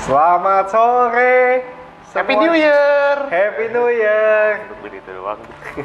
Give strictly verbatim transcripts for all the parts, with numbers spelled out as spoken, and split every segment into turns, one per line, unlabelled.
Selamat sore.
Happy New Year.
Happy New Year.
Begitu doang.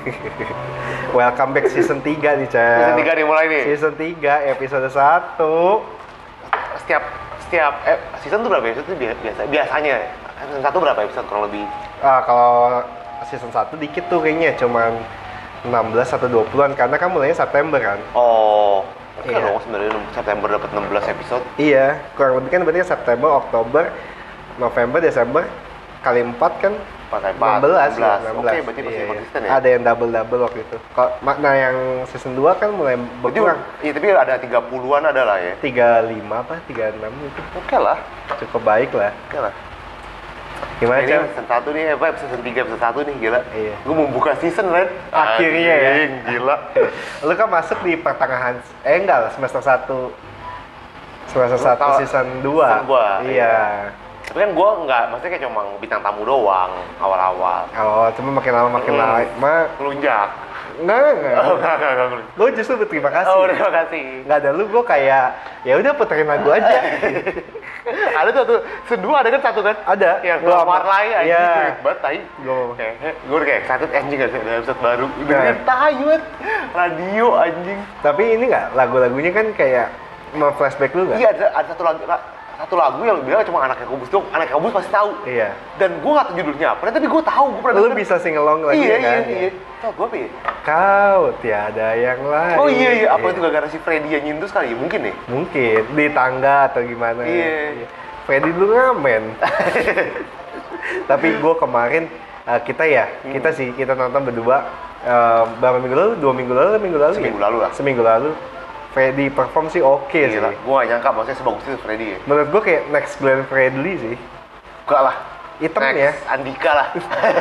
Welcome back season tiga nih, Cel.
Season tiga nih mulai nih.
Season tiga episode satu.
Setiap setiap eh, season tuh berapa episode tuh biasa biasanya? Season satu berapa episode kurang lebih?
Ah, kalau season satu dikit tuh kayaknya cuman enam belas atau dua puluhan karena kan mulainya September kan.
Oh, oke
Iya.
dong sebenarnya September dapat enam belas episode.
Iya, kurang lebih kan berarti September, Oktober, November, Desember kali empat kan
empat kali
enam belas.
enam belas.
Ya,
Oke, berarti masih
Iya, iya.
konsisten ya.
Ada yang double-double waktu itu. Kalau makna yang season dua kan mulai
Berarti,
berkurang.
iya tapi ada tiga puluhan ada lah ya.
tiga puluh lima apa tiga puluh enam itu
Oke lah.
cukup baik lah.
Oke lah.
Gimana,
Ini
Cel?
season satu nih, apa season tiga episode satu nih, gila.
Iya.
Gue mau buka season, Ren.
Akhirnya ya.
Anjing, gila.
Lu kan masuk di pertengahan eh enggak lah, semester satu semester
Lu
satu
tahu-
season dua.
season dua,
Iya.
Tapi kan gue nggak, maksudnya kayak cuma bintang tamu doang awal-awal.
Oh, cuma makin lama makin
Hmm.
lama.
Ngelunjak.
Enggak, enggak.
Oh, enggak, enggak, enggak, enggak.
Gue justru berterima kasih.
Oh, terima kasih.
Nggak ada lu, gue kayak ya udah puterin lagu aja.
Ada tuh, tuh, sedua ada kan satu kan?
Ada.
Yang
Gua-
keluar lagi anjing,
Iya.
gue banget tai.
Gua-
Kayak, gue udah kayak excited anjing gak sih ada episode baru. Udah
Nah.
kan tai banget. Radio anjing.
Tapi ini nggak lagu-lagunya kan kayak mau flashback lu nggak?
Iya, ada, ada satu lagu satu lagu yang bilang cuma anaknya Kobus dong, anaknya Kobus pasti tahu.
Iya.
Dan gue nggak tahu judulnya apa, tapi gue tahu, gue pernah
Lu
denger.
bisa sing along lagi
Iya,
kan?
iya, iya. Tau gue apa ya?
Kau tiada yang lain.
Oh iya, iya. Apa itu gara-gara si Freddy yang nyintus kali ya? Mungkin ya?
Mungkin di tangga atau gimana.
Iya.
Freddy dulu ngamen. Tapi gue kemarin uh, kita ya,
Hmm.
kita sih kita nonton berdua uh, berapa minggu lalu? Dua minggu lalu, minggu lalu.
Seminggu
ya?
lalu lah.
Seminggu lalu. Freddy perform sih oke sih.
Gila, gue gak nyangka maksudnya sebagus itu Freddy ya.
Menurut gue kayak next Glenn Fredly sih.
Enggak lah.
Hitam
Next,
ya.
Andika lah.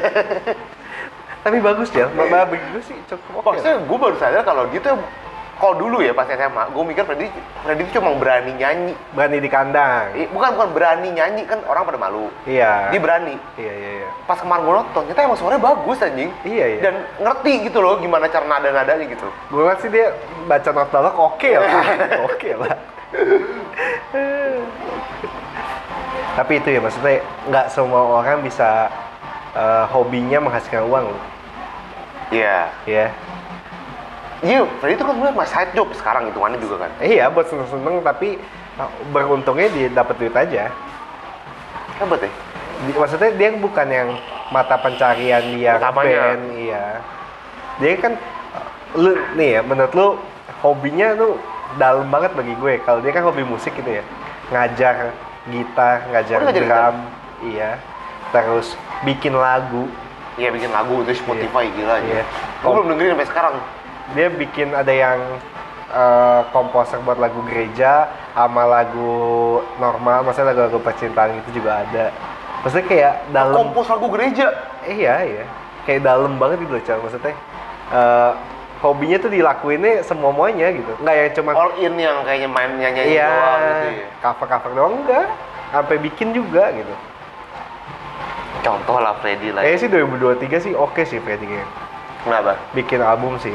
Tapi bagus ya. Mbak bagi gue sih cukup oke.
Maksudnya gue baru sadar kalau dia tuh, kalau dulu ya pas S M A, gue mikir Freddy, Freddy itu cuma berani nyanyi.
Berani di kandang.
Eh, Bukan bukan berani nyanyi, kan orang pada malu.
Iya.
Dia berani.
Iya, iya, iya.
Pas kemarin gue nonton, ternyata emang suaranya bagus anjing.
Iya, iya.
Dan ngerti gitu loh gimana cara nada-nadanya gitu.
Gue liat sih dia baca not dialog oke lah. Oke lah. Tapi itu ya maksudnya nggak semua orang bisa uh, hobinya menghasilkan uang loh.
Iya.
Ya.
Iya, Freddy itu kan sebenarnya mas side job sekarang hitungannya juga kan.
Eh, iya buat seneng-seneng tapi uh, beruntungnya dia dapat duit aja.
Hebat ya?
Di- Maksudnya dia bukan yang mata pencarian dia
Utamanya.
band, iya. Dia kan uh, lu nih ya menurut lu hobinya tuh dalam banget bagi gue. Kalau dia kan hobi musik gitu ya. Ngajar gitar, ngajar
Oh, dia ngajar
drum, iya. Terus bikin lagu.
Iya bikin lagu itu Spotify gila aja.
Iya.
Gue belum dengerin sampai sekarang.
Dia bikin ada yang uh, komposer buat lagu gereja sama lagu normal, maksudnya lagu-lagu percintaan itu juga ada. Maksudnya kayak dalam.
Kompos lagu gereja.
Iya, iya. Kayak dalam banget gitu loh, Cal. Maksudnya uh, hobinya tuh dilakuinnya semua-muanya gitu. Nggak yang cuma
All in yang kayaknya main nyanyi
iya,
doang gitu ya.
cover-cover doang enggak. Sampai bikin juga gitu.
Contoh lah Freddy lah.
Kayaknya sih dua ribu dua puluh tiga sih oke sih Freddy kayaknya.
Kenapa?
Bikin album sih.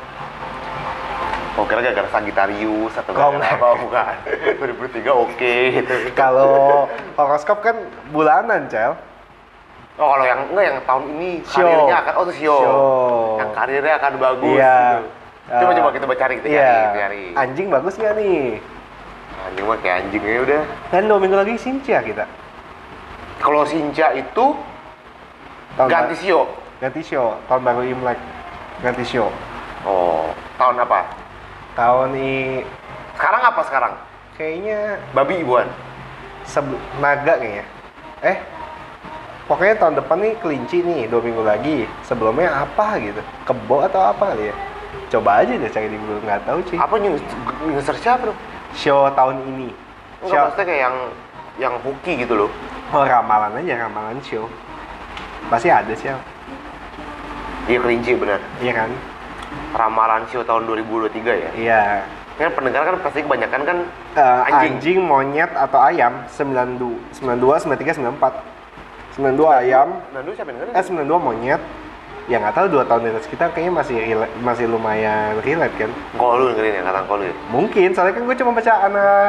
Oh kira gara-gara Sagittarius atau
Oh,
gara-gara
enggak.
apa bukan? dua ribu tiga oke gitu.
Kalau horoskop kan bulanan, Cel.
Oh kalau yang enggak yang tahun ini
Show.
karirnya akan oh itu show.
Show.
Yang karirnya akan bagus
Iya.
gitu. Coba
Uh,
coba kita cari kita
Iya.
cari, kita cari.
Anjing bagus nggak nih?
Anjing mah kayak anjing ya udah.
Kan dua minggu lagi Sincia kita.
Kalau Sinja itu
Tahun
ganti
ba-
show.
Ganti show. Tahun baru Imlek. Ganti show.
Oh, tahun apa?
Tahun ini
Sekarang apa sekarang?
kayaknya
Babi ibuan.
seb- naga kayaknya. Eh, pokoknya tahun depan nih kelinci nih dua minggu lagi. Sebelumnya apa gitu? Kebo atau apa kali ya? Coba aja deh cari di Google, nggak tahu sih.
Apa news news siapa dong?
Show tahun ini.
Enggak
Show,
maksudnya kayak yang yang hoki gitu loh.
oh ramalan aja, ramalan show. Pasti ada sih.
Iya kelinci benar.
Iya kan?
Ramalan show tahun dua ribu dua puluh tiga ya.
Iya.
Kan pendengar kan pasti kebanyakan kan
Eh,
Anjing.
anjing. monyet atau ayam sembilan puluh dua, sembilan puluh dua, sembilan puluh tiga, sembilan puluh empat. sembilan puluh dua ayam,
nah dulu siapa yang dengerin?
eh sembilan puluh dua monyet. Ya nggak tahu dua tahun di atas kita kayaknya masih rela- masih lumayan relate kan.
Kalau lu dengerin ya kata kalau lu ya.
Mungkin soalnya kan gue cuma baca anak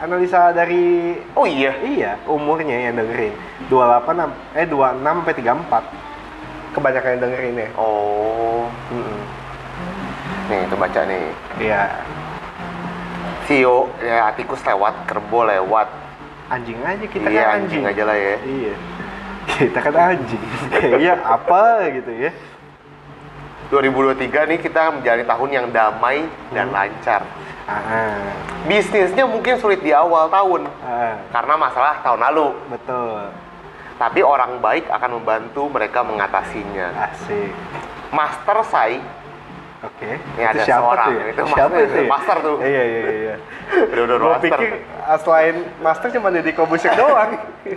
analisa dari
Oh iya.
iya, umurnya yang dengerin. dua puluh delapan am- eh dua puluh enam sampai tiga puluh empat. Kebanyakan yang dengerin ya.
Oh.
Mm-mm.
Nih, itu baca nih.
Iya.
Sio, ya tikus lewat, kerbo lewat.
Anjing aja kita
Iya,
kan anjing.
anjing aja lah ya.
Iya. Kita kan anjing. Kayaknya apa gitu ya.
dua ribu dua puluh tiga nih kita menjalani tahun yang damai dan
Hmm.
lancar.
Ah,
Bisnisnya mungkin sulit di awal tahun
ah,
karena masalah tahun lalu.
betul.
Tapi orang baik akan membantu mereka mengatasinya.
Asik.
Master Sai,
Oke.
ini ada
siapa
seorang,
tuh ya?
itu
Siapa
master,
itu ya?
master tuh.
Iya iya iya. iya.
Udah-udah
Gue
master.
pikir ah, selain master cuma Deddy Kobusek doang.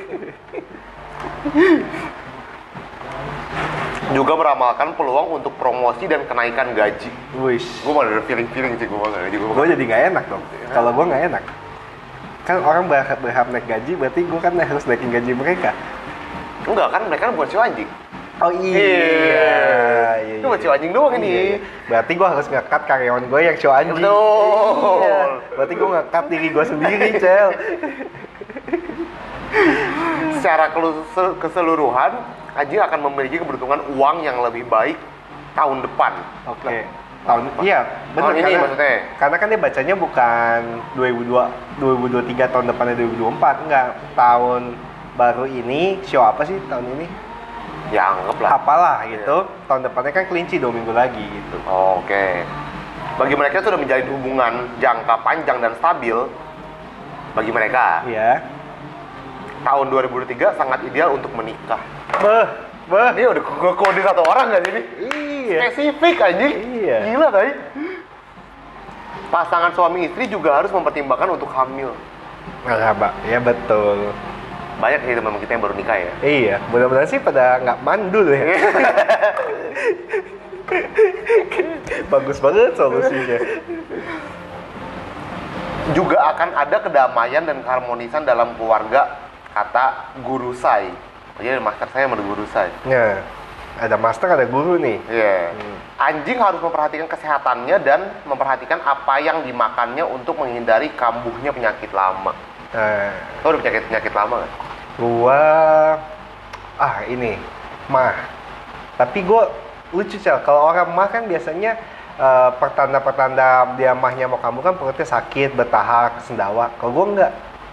Juga meramalkan peluang untuk promosi dan kenaikan gaji.
Wish.
Gue malah ada feeling-feeling sih gue malah gaji gue.
Gue jadi nggak enak dong. Kalau gue nggak enak. Kan orang berhak berhak naik gaji, berarti gue kan harus naikin gaji mereka.
Enggak kan, mereka kan bukan si anjing.
Oh iya. Iya.
Itu buat si anjing doang ini.
Iya, iya. Berarti gue harus nge-cut karyawan gue yang show anjing.
Betul.
Iya. Berarti gue nge-cut diri gue sendiri, Cel.
Secara kelus- keseluruhan, anjing akan memiliki keberuntungan uang yang lebih baik tahun depan.
Oke. Tahun iya, benar
Tahun ini
karena,
maksudnya?
karena kan dia bacanya bukan dua ribu dua, dua ribu dua puluh tiga tahun depannya dua ribu dua puluh empat, enggak. Tahun baru ini show apa sih tahun ini?
Ya anggaplah.
Apalah gitu. Tahun depannya kan kelinci dua minggu lagi gitu.
Oke. Bagi mereka yang sudah menjalin hubungan jangka panjang dan stabil, bagi mereka,
Iya.
tahun dua ribu dua puluh tiga sangat ideal untuk menikah.
Beh, beh.
Ini udah gue kode satu orang nggak sih ini?
Iya.
Spesifik anjing.
Iya.
Gila kali. Pasangan suami istri juga harus mempertimbangkan untuk hamil.
Enggak, Pak. Ya betul.
Banyak sih teman kita yang baru nikah ya.
Iya, mudah-mudahan sih pada nggak mandul ya. Bagus banget solusinya.
Juga akan ada kedamaian dan keharmonisan dalam keluarga, kata Guru Sai. Jadi master saya sama Guru Sai.
Nah, ada master, ada guru nih.
Iya.
Hmm.
Anjing harus memperhatikan kesehatannya dan memperhatikan apa yang dimakannya untuk menghindari kambuhnya penyakit lama.
Nah,
Lo udah penyakit-penyakit lama nggak?
gua ah ini mah. Tapi gua lucu Cel, kalau orang mah kan biasanya eh, pertanda-pertanda dia mahnya mau kambuh kan perutnya sakit, bertahak, sendawa. Kalau gua enggak.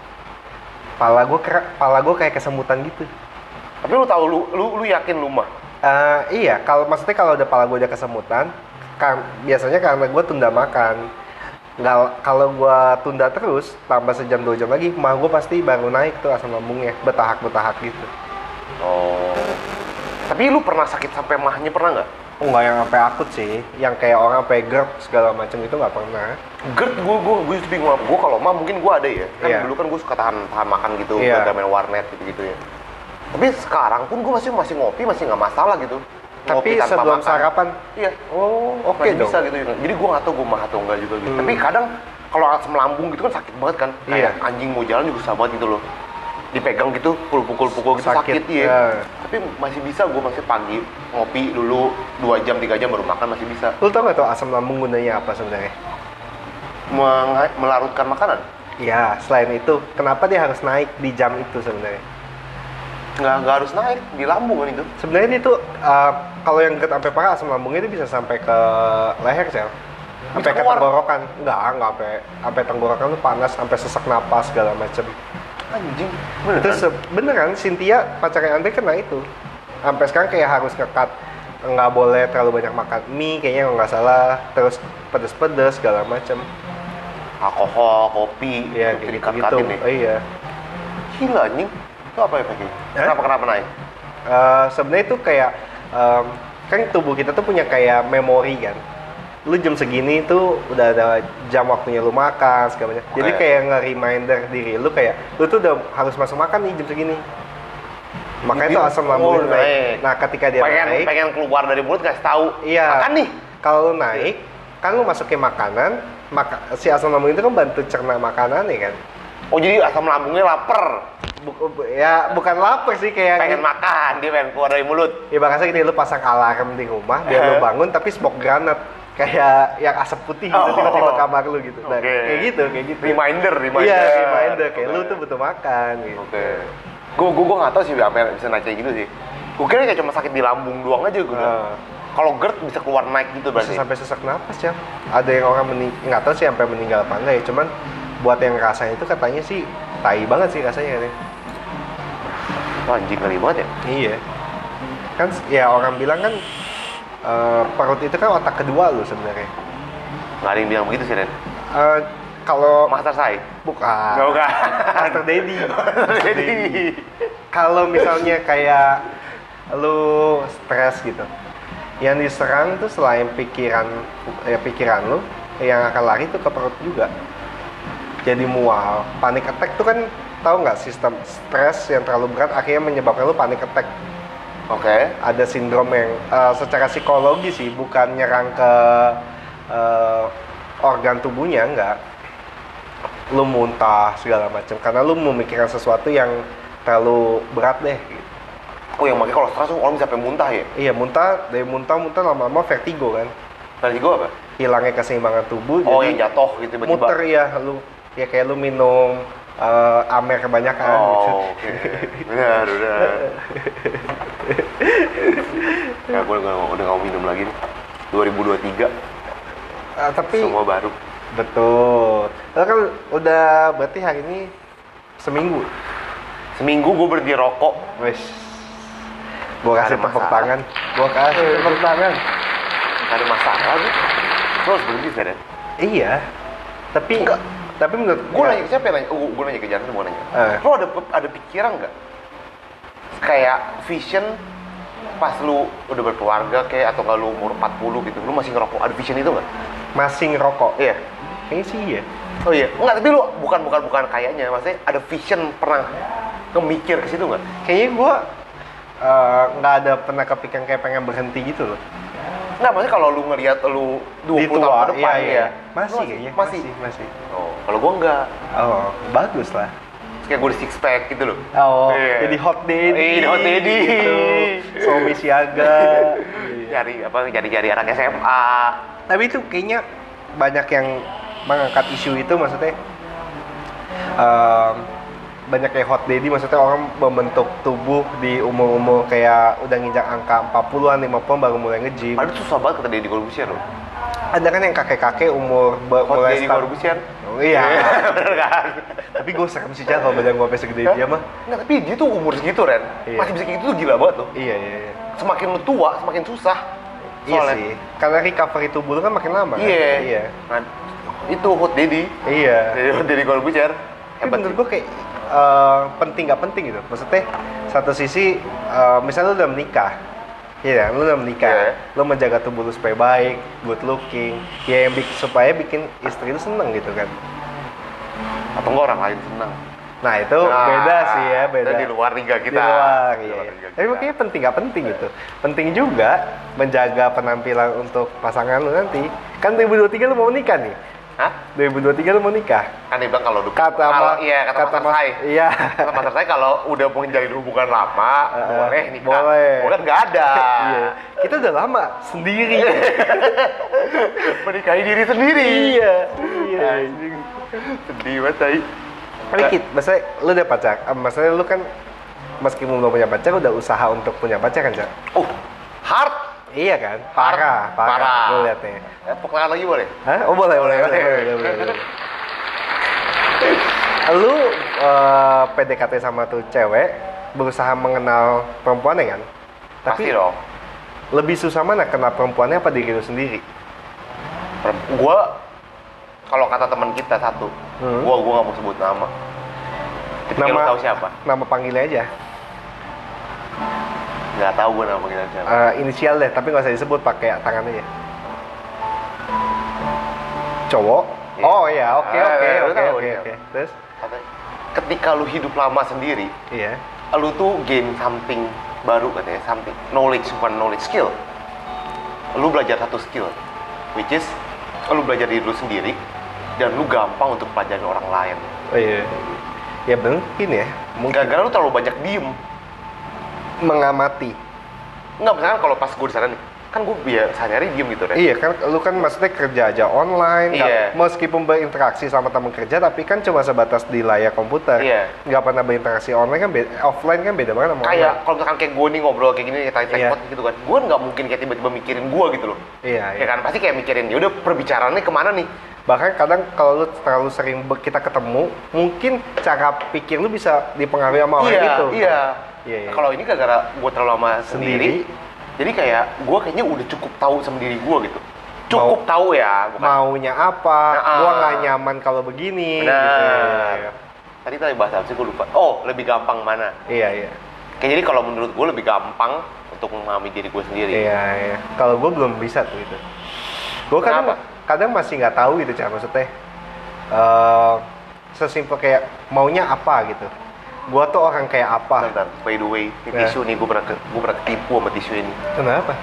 Pala gua kera, pala gua kayak kesemutan gitu.
Tapi lu tahu lu lu, lu yakin lu mah?
Eh, iya, kalau maksudnya kalau udah pala gue udah kesemutan, kan biasanya karena gue tunda makan. Nggak, kalau gue tunda terus, tambah sejam dua jam lagi, mah gue pasti baru naik tuh asam lambungnya, betahak-betahak gitu.
Oh. Tapi lu pernah sakit sampai mahnya pernah nggak?
Oh, nggak yang sampai akut sih, yang kayak orang sampai GERD segala macam itu nggak pernah.
GERD gue gue gue justru bingung. Gue kalau mah mungkin gue ada ya. Kan
Iya.
dulu kan gue suka tahan tahan makan gitu,
Iya.
gak main warnet gitu gitu ya. Tapi sekarang pun gue masih masih ngopi masih nggak masalah gitu. Ngopi
Tapi
tanpa
sebelum
makan.
sarapan,
Iya.
oh oke
Masih
dong.
bisa gitu. Jadi gue nggak tahu gue mah atau enggak juga gitu.
Hmm.
Tapi kadang kalau asam lambung gitu kan sakit banget kan. Kayak
Iya.
anjing mau jalan juga susah banget gitu loh. Dipegang gitu, pukul-pukul gitu sakit,
Sakit,
iya.
ya.
Tapi masih bisa gue masih pagi ngopi dulu dua jam tiga jam baru makan masih bisa.
Lu tau nggak tuh asam lambung gunanya apa sebenarnya?
Meng- melarutkan makanan.
Ya, selain itu, kenapa dia harus naik di jam itu sebenarnya?
Nggak, nggak harus naik di lambung kan itu.
Sebenarnya ini tuh uh, kalau yang GERD sampai parah asam lambungnya itu bisa sampai ke leher Cel. Sampai ke
keluar.
tenggorokan. Enggak, enggak sampai sampai tenggorokan tuh panas, sampai sesak napas segala macem.
Anjing,
Itu
beneran?
se- beneran Cynthia pacarnya Andre kena itu. Sampai sekarang kayak harus ngekat, nggak boleh terlalu banyak makan mie kayaknya kalau nggak salah, terus pedes-pedes segala macem.
Alkohol, kopi,
Iya
itu
kayak gitu.
dikat-katin nih.
Oh iya.
Gila anjing. Itu apa efeknya?
Hah?
Kenapa kenapa naik?
Eh, sebenarnya itu kayak em, kan tubuh kita tuh punya kayak memori kan. Lu jam segini tuh udah ada jam waktunya lu makan segala macam. Jadi
Oke.
kayak nge-reminder diri lu kayak lu tuh udah harus masuk makan nih jam segini. Makanya
Jadi,
tuh asam lambung
oh,
lu naik.
naik.
Nah, ketika dia
pengen
naik,
pengen keluar dari mulut kasih tahu.
iya.
Makan nih.
Kalau lu naik, kan lu masukin makanan, maka si asam lambung itu kan bantu cerna makanan ya kan.
Oh jadi asam lambungnya lapar,
Bu- bu- ya bukan lapar sih kayak
pengen makan, dia pengen keluar dari mulut.
ya bahasa gini, lu pasang alarm di rumah biar lu bangun tapi smoke granat kayak yang asap putih gitu
Oh.
tiba-tiba kamar lu gitu. Nah,
Oke.
kayak gitu, kayak gitu.
Reminder, reminder.
Iya, reminder kayak
Oke.
lu tuh butuh makan gitu.
Oke. Gue gue gue nggak tahu sih apa yang bisa naik kayak gitu sih. Gue kira kayak cuma sakit di lambung doang aja gue.
Nah.
Kalau GERD bisa keluar naik gitu
Bisa
berarti.
sampai sesak napas ya. Ada yang orang mening nggak tahu sih sampai meninggal apa enggak ya. Cuman buat yang rasanya itu katanya sih tai banget sih rasanya katanya.
Wah, anjing ngeri banget ya.
Iya. Kan ya orang bilang kan eh, perut itu kan otak kedua lu sebenarnya.
Nggak ada yang bilang begitu sih, Ren.
Eh, kalau
Master Sai.
bukan.
Nggak, bukan.
Master Dedi.
Jadi.
Kalau misalnya kayak lu stres gitu, yang diserang tuh selain pikiran ya pikiran lu, yang akan lari tuh ke perut juga. Jadi mual, panic attack tuh kan tahu nggak sistem stres yang terlalu berat akhirnya menyebabkan lu panic attack.
Oke.
Ada sindrom yang eh, secara psikologi sih bukan nyerang ke eh, organ tubuhnya enggak. Lu muntah segala macam karena lu memikirkan sesuatu yang terlalu berat deh gitu.
Oh, yang makanya kalau stres tuh orang bisa sampai muntah ya?
Iya, muntah, dari muntah-muntah lama-lama vertigo kan.
Vertigo apa?
Hilangnya keseimbangan tubuh
Oh,
jadi
yang jatuh gitu tiba-tiba.
muter ya lu. Ya kayak lu minum eh, Amer kebanyakan gitu.
Oh, oke. Benar, benar. Ya, gue udah, udah gak mau minum lagi nih. dua ribu dua puluh tiga,
Eh, tapi
semua baru.
betul. Lu kan udah berarti hari ini seminggu.
Seminggu gue berhenti rokok.
Wes. Gua kasih
Ada
tepuk
masalah.
tangan. Gua kasih tepuk tangan.
Gak ada masalah gue. Lo harus berhenti, Feren.
Iya. Tapi
Enggak.
tapi menurut
Gue nanya, siapa yang nanya? Oh, gue nanya ke Jansen, mau nanya.
Eh.
Lo ada ada pikiran nggak? Kayak vision pas lu udah berkeluarga kayak atau nggak lu umur empat puluh gitu, lu masih ngerokok, ada vision itu nggak?
masih ngerokok.
Iya.
Kayaknya sih iya.
Oh iya, enggak, tapi lu bukan bukan bukan kayaknya, maksudnya ada vision pernah ngemikir ke situ nggak?
Kayaknya gua eh, nggak ada pernah kepikiran kayak pengen berhenti gitu loh.
Nggak, maksudnya kalau lu ngelihat lu dua
Di
puluh
tua,
tahun ke depan
iya, iya.
ya.
Masih
Lu
kayaknya.
Masih.
Masih. masih.
Oh, kalau gua enggak.
Oh, bagus lah.
Terus kayak gue di six pack gitu loh.
Oh,
Iya.
jadi hot daddy.
Iya, hot daddy.
Gitu. Suami siaga. Iya.
Cari apa? Cari-cari anak S M A.
Tapi itu kayaknya banyak yang mengangkat isu itu, maksudnya em, banyak kayak hot daddy, maksudnya orang membentuk tubuh di umur-umur kayak udah nginjak angka empat puluhan, lima puluhan baru mulai nge-gym.
Padahal susah banget kata Deddy Corbuzier loh.
Ada kan yang kakek-kakek umur be-
Hot
mulai
Deddy
start-
Corbuzier.
Oh, iya.
Bener kan?
Tapi gue serem sih Cal kalau badan gue sampai segede dia mah.
Nggak, tapi dia tuh umur segitu, Ren.
Iya.
Masih bisa kayak gitu tuh gila banget loh.
Iya, iya, iya.
Semakin lu tua, semakin susah.
Iya
Soalnya.
sih. Karena recovery tubuh lu kan makin lama. kan?
Iya.
Iya.
Nah, itu Hot Deddy.
Iya.
Jadi Hot Deddy Corbuzier.
Tapi
Hebat
menurut
sih.
gue kayak eh, penting nggak penting gitu. Maksudnya satu sisi eh, misalnya lu udah menikah, iya kan? Lu udah menikah,
Iya.
lu menjaga tubuh lu supaya baik, good looking, ya yang bik- supaya bikin istri lu seneng gitu kan.
Atau enggak orang lain senang.
Nah itu
Nah,
beda sih ya, beda.
dan di luar liga kita.
Di luar,
Di
iya.
luar liga
Tapi
kita.
makanya penting nggak penting gitu. Penting juga menjaga penampilan untuk pasangan lu nanti. Kan dua ribu dua puluh tiga lu mau nikah nih.
Hah?
dua ribu dua puluh tiga lu mau nikah.
Kan dia bilang kalau udah
Kata
kalau,
ma-
iya kata, kata
mas-
saya.
Iya.
Kata Master saya kalau udah menjalin hubungan lama,
Eh,
boleh nikah.
boleh.
Bukan nggak ada.
Iya. Kita udah lama sendiri.
Menikahi diri sendiri.
Iya. Iya.
Anjing. Sedih banget, tai.
Tapi Kit, maksudnya lu udah pacar, eh, maksudnya lu kan meskipun belum punya pacar, udah usaha untuk punya pacar kan, Cak?
Oh, hard.
Iya kan? Parah, parah.
Parah.
Lu liatnya.
Eh, pokoknya lagi boleh.
Hah? Oh boleh, boleh, boleh, boleh, boleh, boleh. Lu eh, P D K T sama tuh cewek, berusaha mengenal perempuannya kan?
Pasti dong.
lebih susah mana kenal perempuannya apa diri lu sendiri?
Gua kalau kata teman kita satu,
Hmm.
gua gua nggak mau sebut nama. Ketika lu tahu siapa?
Nama panggilnya aja.
Nggak tahu gua nama panggilan siapa.
Eh, inisial deh, tapi nggak usah disebut, pakai tangan aja. Cowok?
Iya.
Oh iya, oke
Ah,
oke
lu
oke
tahu
oke
dia.
oke. Terus?
Katanya, ketika lu hidup lama sendiri,
Iya.
lu tuh gain something baru katanya, something knowledge, bukan knowledge, skill. Lu belajar satu skill, which is lu belajar diri lu sendiri dan lu gampang untuk pelajarin orang lain.
Oh iya. Ya mungkin ya. Mungkin
Gara-gara lu terlalu banyak diem.
mengamati.
Enggak, misalkan kalau pas gue di sana nih, kan gue biar sehari-hari diem gitu deh.
Iya kan, lu kan maksudnya kerja aja online, nggak-
Iya.
meskipun berinteraksi sama teman kerja, tapi kan cuma sebatas di layar komputer.
Iya.
Nggak pernah berinteraksi online kan, be- offline kan beda banget sama
Kayak
online.
kalau misalkan kayak gue nih ngobrol kayak gini kayak tadi
Iya.
tekpot gitu kan, gue nggak mungkin kayak tiba-tiba mikirin gue gitu loh.
Iya,
Ya
iya.
kan pasti kayak mikirin ya udah perbicaraannya kemana nih.
Bahkan kadang kalau lu terlalu sering be- kita ketemu, mungkin cara pikir lu bisa dipengaruhi sama orang
Iya,
itu.
iya.
Iya, iya.
Kalau ini gara-gara gue terlalu lama sendiri,
Sendiri.
jadi kayak gue kayaknya udah cukup tahu sama diri gue gitu. Cukup tahu ya, bukan.
Maunya apa,
Nah,
gua
ah.
nggak nyaman kalau begini.
Benar.
Gitu. Iya,
Tadi tadi bahas apa sih gue lupa. Oh, lebih gampang mana?
iya. iya.
Kayak jadi kalau menurut gue lebih gampang untuk memahami diri gue sendiri.
Iya, iya. Kalau gue belum bisa tuh itu. Gue kadang,
Kenapa?
kadang masih nggak tahu gitu cara maksudnya. eh sesimpel kayak maunya apa gitu. Gue tuh orang kayak apa.
Bentar, by the way, ini
Ya.
tisu nih gue pernah ke, gue pernah ketipu sama tisu ini.
Kenapa?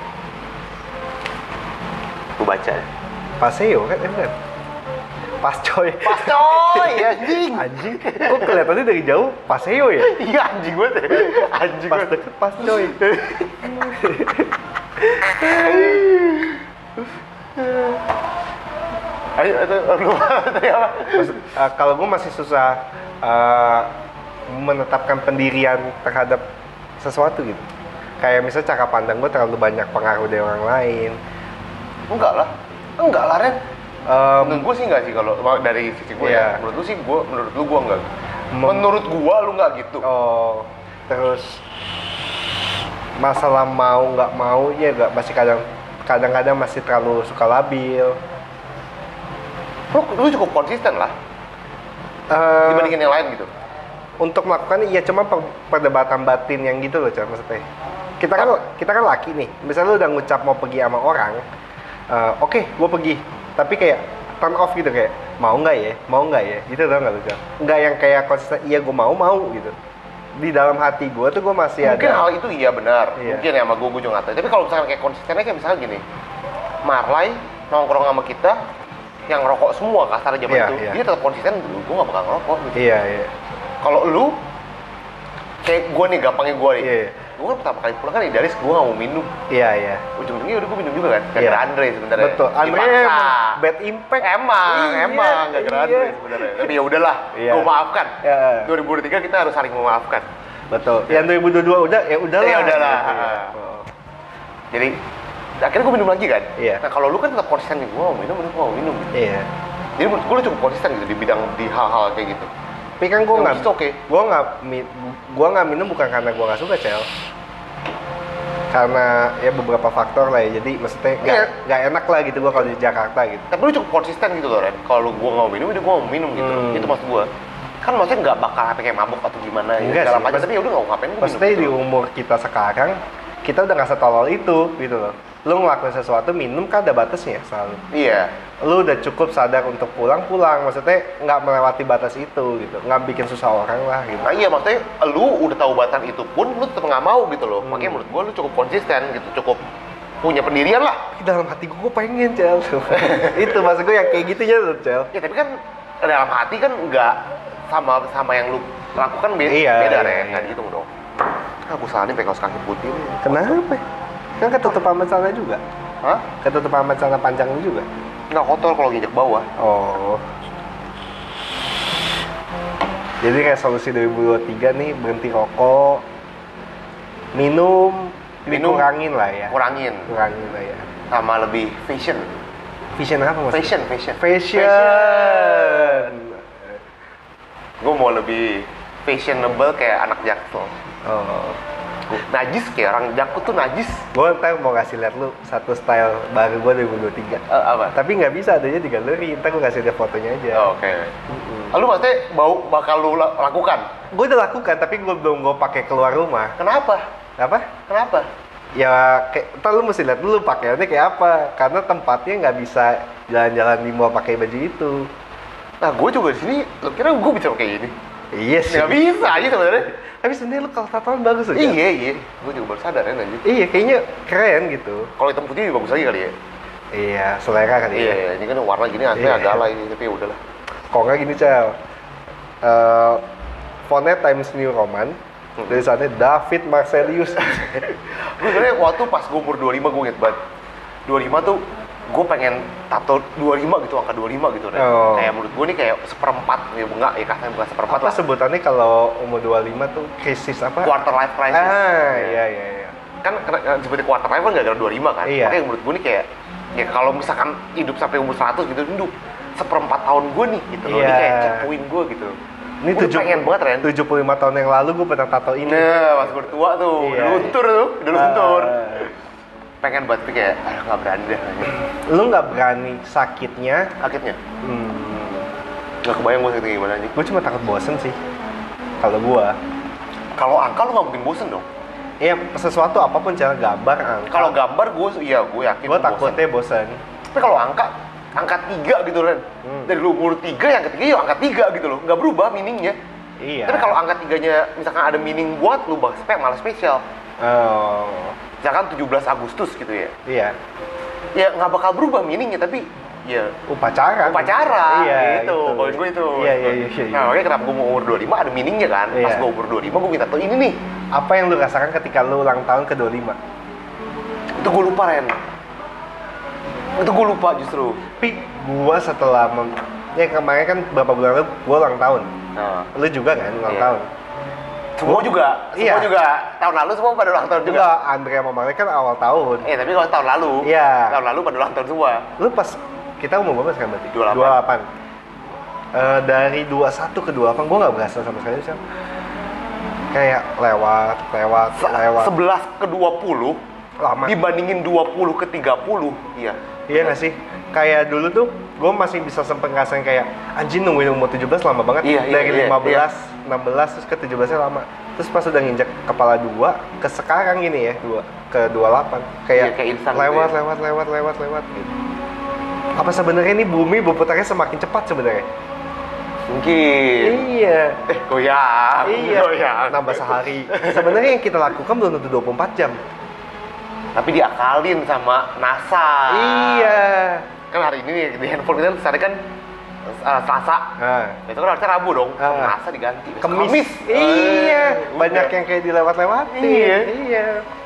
Gue baca.
Paseo kan, eh, bener. Pas coy.
Pas coy, anjing.
Anjing, kok kelihatannya dari jauh Paseo ya?
Iya anjing gue deh. Anjing
Pas
gue.
deket pas coy.
Ayo, itu lu tadi apa?
Maksud, eh, kalau gue masih susah eh, menetapkan pendirian terhadap sesuatu gitu. Kayak misalnya cara pandang gue terlalu banyak pengaruh dari orang lain.
Enggak lah. Enggak lah, Ren.
Em,
Menurut gue sih enggak sih kalau dari sisi gue
Iya.
ya. Menurut lu sih gue, menurut lu gue enggak.
Mem-
Menurut gue lu enggak gitu.
oh, terus masalah mau nggak mau ya nggak masih kadang kadang-kadang masih terlalu suka labil.
Lu, lu cukup konsisten lah
Eh,
dibandingin yang lain gitu.
untuk melakukan iya cuma per- perdebatan batin yang gitu loh, Cak, maksudnya. Kita kan kita kan laki nih. Misalnya lu udah ngucap mau pergi sama orang, eh, oke, gue pergi. Tapi kayak turn off gitu kayak mau nggak ya, mau nggak ya, gitu tau nggak lu, Cak? Nggak yang kayak konsisten, iya gue mau mau gitu. Di dalam hati gue tuh gue masih
Mungkin
ada.
hal itu iya benar.
Iya.
Mungkin ya sama gue gue juga nggak tahu. Tapi kalau misalkan kayak konsistennya kayak misalnya gini, Marlay nongkrong sama kita yang rokok semua kasar zaman
Iya,
itu,
iya.
dia tetap konsisten. Gue nggak bakal ngerokok. Gitu.
Iya iya.
Kalau lu kayak gue nih, gampangnya gue nih,
Iya.
gue kan pertama kali pulang kan idealis gue nggak mau minum.
Iya iya.
Ujung-ujungnya udah gue minum juga kan, gara-gara
Iya.
Andre sebenarnya.
Betul. Andre
Dipaksa.
emang bad impact.
Emang,
Iya,
emang gara-gara
iya.
Andre sebenarnya. Tapi ya udahlah,
Iya.
gue maafkan.
Iya.
dua ribu dua puluh tiga kita harus saling memaafkan.
Betul. Yang dua ribu dua puluh dua udah ya udahlah.
Ya udahlah.
Gitu ya. Oh.
Jadi akhirnya gue minum lagi kan.
Iya.
Nah kalau lu kan tetap konsisten nih, gue mau minum, gue mau minum.
Iya.
Jadi menurut gue lu cukup konsisten gitu di bidang di hal-hal kayak gitu.
Tapi kan gue
Ya,
nggak,
which is okay.
gue nggak, mi- gue nggak minum bukan karena gue nggak suka, Cel. Karena ya beberapa faktor lah ya. Jadi maksudnya nggak
Iya.
nggak enak lah gitu gue kalau di Jakarta gitu.
Tapi lu cukup konsisten gitu loh Ren. Kalau gue nggak mau minum, itu gue mau minum gitu.
Hmm.
Itu maksud gue. Kan maksudnya nggak bakal sampai kayak mabuk atau gimana
Enggak
segala
sih,
macam.
mas-
Tapi ya udah nggak mau ngapain gue minum.
Maksudnya
gitu
di
loh.
umur kita sekarang kita udah nggak setolol itu gitu loh. Lu ngelakuin sesuatu minum kan ada batasnya selalu.
Iya.
Lu udah cukup sadar untuk pulang-pulang, maksudnya nggak melewati batas itu gitu, nggak bikin susah orang lah gitu.
Nah iya maksudnya lu udah tahu batasan itu pun lu tetap nggak mau gitu loh.
Hmm.
Makanya menurut gue lu cukup konsisten gitu, cukup punya pendirian lah.
Tapi dalam hati gue, gue pengen, Cel. Itu maksud gue yang kayak gitu aja tuh, Cel.
Ya tapi kan dalam hati kan nggak sama sama yang lu lakukan be-
Iya,
beda
iya,
Ren.
iya.
Nggak gitu dong. Aku salah nih pakai kaos kaki putih nih.
Kenapa? Kan ketutup amat sana juga.
Hah?
Ketutup amat sana panjang lu juga.
Nggak kotor kalau nginjek bawah.
Oh. Jadi resolusi dua ribu dua puluh tiga nih berhenti rokok, minum,
Minum.
dikurangin lah ya.
Kurangin.
Kurangin lah ya.
Sama lebih fashion.
Vision apa maksudnya?
Fashion, fashion.
Fashion.
Gue mau lebih fashionable kayak anak jaksel.
Oh.
Najis kayak orang jakut tuh najis.
Gue ntar mau kasih lihat lu satu style baru gue dua ribu dua puluh tiga.
Eh, apa?
Tapi nggak bisa, adanya di galeri. Ntar gue kasih lihat fotonya aja.
Oh, Oke. Lu maksudnya bau bakal lu la- lakukan?
Gue udah lakukan, tapi gue belum gue pakai keluar rumah.
Kenapa?
Apa?
Kenapa?
Ya, kayak, ntar lu mesti lihat dulu pakaiannya kayak apa. Karena tempatnya nggak bisa jalan-jalan di mall pakai baju itu.
Nah, gue juga di sini. Lu kira gue bisa kayak gini?
Iya sih.
Nggak bisa aja sebenarnya.
Tapi sebenarnya lu kalau tatoan bagus loh. Jan.
Iya, iya. Gue juga baru sadar ya anjir.
Iya, kayaknya keren gitu.
Kalau hitam putih bagus lagi kali ya.
Iya, selera kali
Iya,
ya.
iya. Ini kan warna gini asli
Iya.
agak alay tapi ya udahlah.
Kok nggak gini, Cel. Eh, fontnya Times New Roman.
Hmm.
Tulisannya David Marcelius.
Gue sebenarnya waktu pas gue umur dua puluh lima gue inget banget. dua puluh lima tuh gue pengen tato dua puluh lima gitu, angka dua puluh lima gitu Ren.
Oh.
Kayak menurut gue nih kayak seperempat, ya enggak ya kasarnya bukan seperempat
Apa
lah.
sebutannya kalau umur dua puluh lima tuh krisis apa?
Quarter life crisis.
Ah,
Ya.
iya iya iya.
Kan kena- seperti quarter life kan gak gara dua puluh lima kan.
Iya.
Makanya menurut gue nih kayak ya kalau misalkan hidup sampai umur seratus gitu, hidup seperempat tahun gue nih gitu loh. Ini
Iya.
kayak checkpoint gue gitu.
Ini
Gua
tujuh,
pengen banget Ren.
tujuh puluh lima tahun yang lalu gue pernah tato ini.
Nah, pas gue tua tuh,
Iya.
udah luntur tuh, udah luntur.
Ah.
Pengen banget tapi kayak ah nggak berani deh kayaknya.
Lu nggak berani sakitnya?
Akhirnya
Hmm.
nggak kebayang gue sakitnya gimana nih.
Gue cuma takut bosen sih. Kalau gua,
Kalau angka lu nggak mungkin bosen dong.
ya sesuatu apapun cara gambar angka.
Kalau gambar gue, iya gue yakin
gue
lu bosen.
takutnya bosen.
Tapi kalau angka, angka tiga gitu Ren.
Hmm.
Dari lu umur tiga, yang ketiga ya angka tiga gitu loh. Nggak berubah meaningnya.
Iya.
Tapi kalau angka tiganya misalkan ada meaning buat lu bahas spek malah spesial.
Oh,
Misalkan tujuh belas Agustus gitu ya.
iya.
Ya nggak bakal berubah meaningnya tapi ya
Upacara.
upacara
Iya,
gitu. Poin gue itu.
Iya, iya, iya, iya.
Nah, makanya kenapa gue mau umur dua puluh lima ada meaningnya kan. Pas
Iya.
gue umur dua puluh lima gue minta tuh ini nih.
Apa yang lu rasakan ketika lu ulang tahun ke dua puluh lima?
Itu gue lupa Ren. Itu gue lupa justru.
Tapi gua setelah mem... ya kemarin kan beberapa bulan lalu gua ulang tahun.
Nah,
Lu juga kan ulang
Iya.
tahun?
semua juga, semua
Iya.
juga tahun lalu semua pada ulang tahun juga.
Enggak, Andre sama Mare kan awal tahun.
Eh tapi kalau tahun lalu,
Iya.
tahun lalu pada ulang tahun semua.
Lu pas kita umur berapa sekarang berarti?
dua puluh delapan.
dua puluh delapan. Eh, dari dua puluh satu ke dua puluh delapan gua nggak berasa sama sekali sih. Kayak lewat, lewat, lewat.
sebelas ke dua puluh
Lama.
dibandingin dua puluh ke tiga puluh, iya.
Iya nggak sih? Kayak dulu tuh gue masih bisa sempet ngerasain kayak anjing nungguin umur tujuh belas lama banget.
Iya, iya,
Dari
iya,
lima belas, enam belas terus ke tujuh belasnya lama. Terus pas udah nginjak kepala dua ke sekarang gini ya, dua ke dua puluh delapan kayak,
Iya, kayak instan gitu
lewat,
ya.
lewat, lewat, lewat, lewat gitu. Apa sebenarnya ini bumi berputarnya semakin cepat sebenarnya?
Mungkin.
Iya.
Eh, goyang.
Iya,
Goyang.
nambah sehari. Sebenarnya yang kita lakukan belum tentu dua puluh empat jam.
Tapi diakalin sama NASA.
Iya.
Kan hari ini nih, di handphone kita hari kan uh, Selasa.
Nah,
Itu kan harusnya Rabu dong.
Ah.
NASA diganti. Besok
Kemis.
Kamis.
Iya.
Eh,
Banyak
udah.
yang kayak dilewat-lewatin.
Iya.
Iya.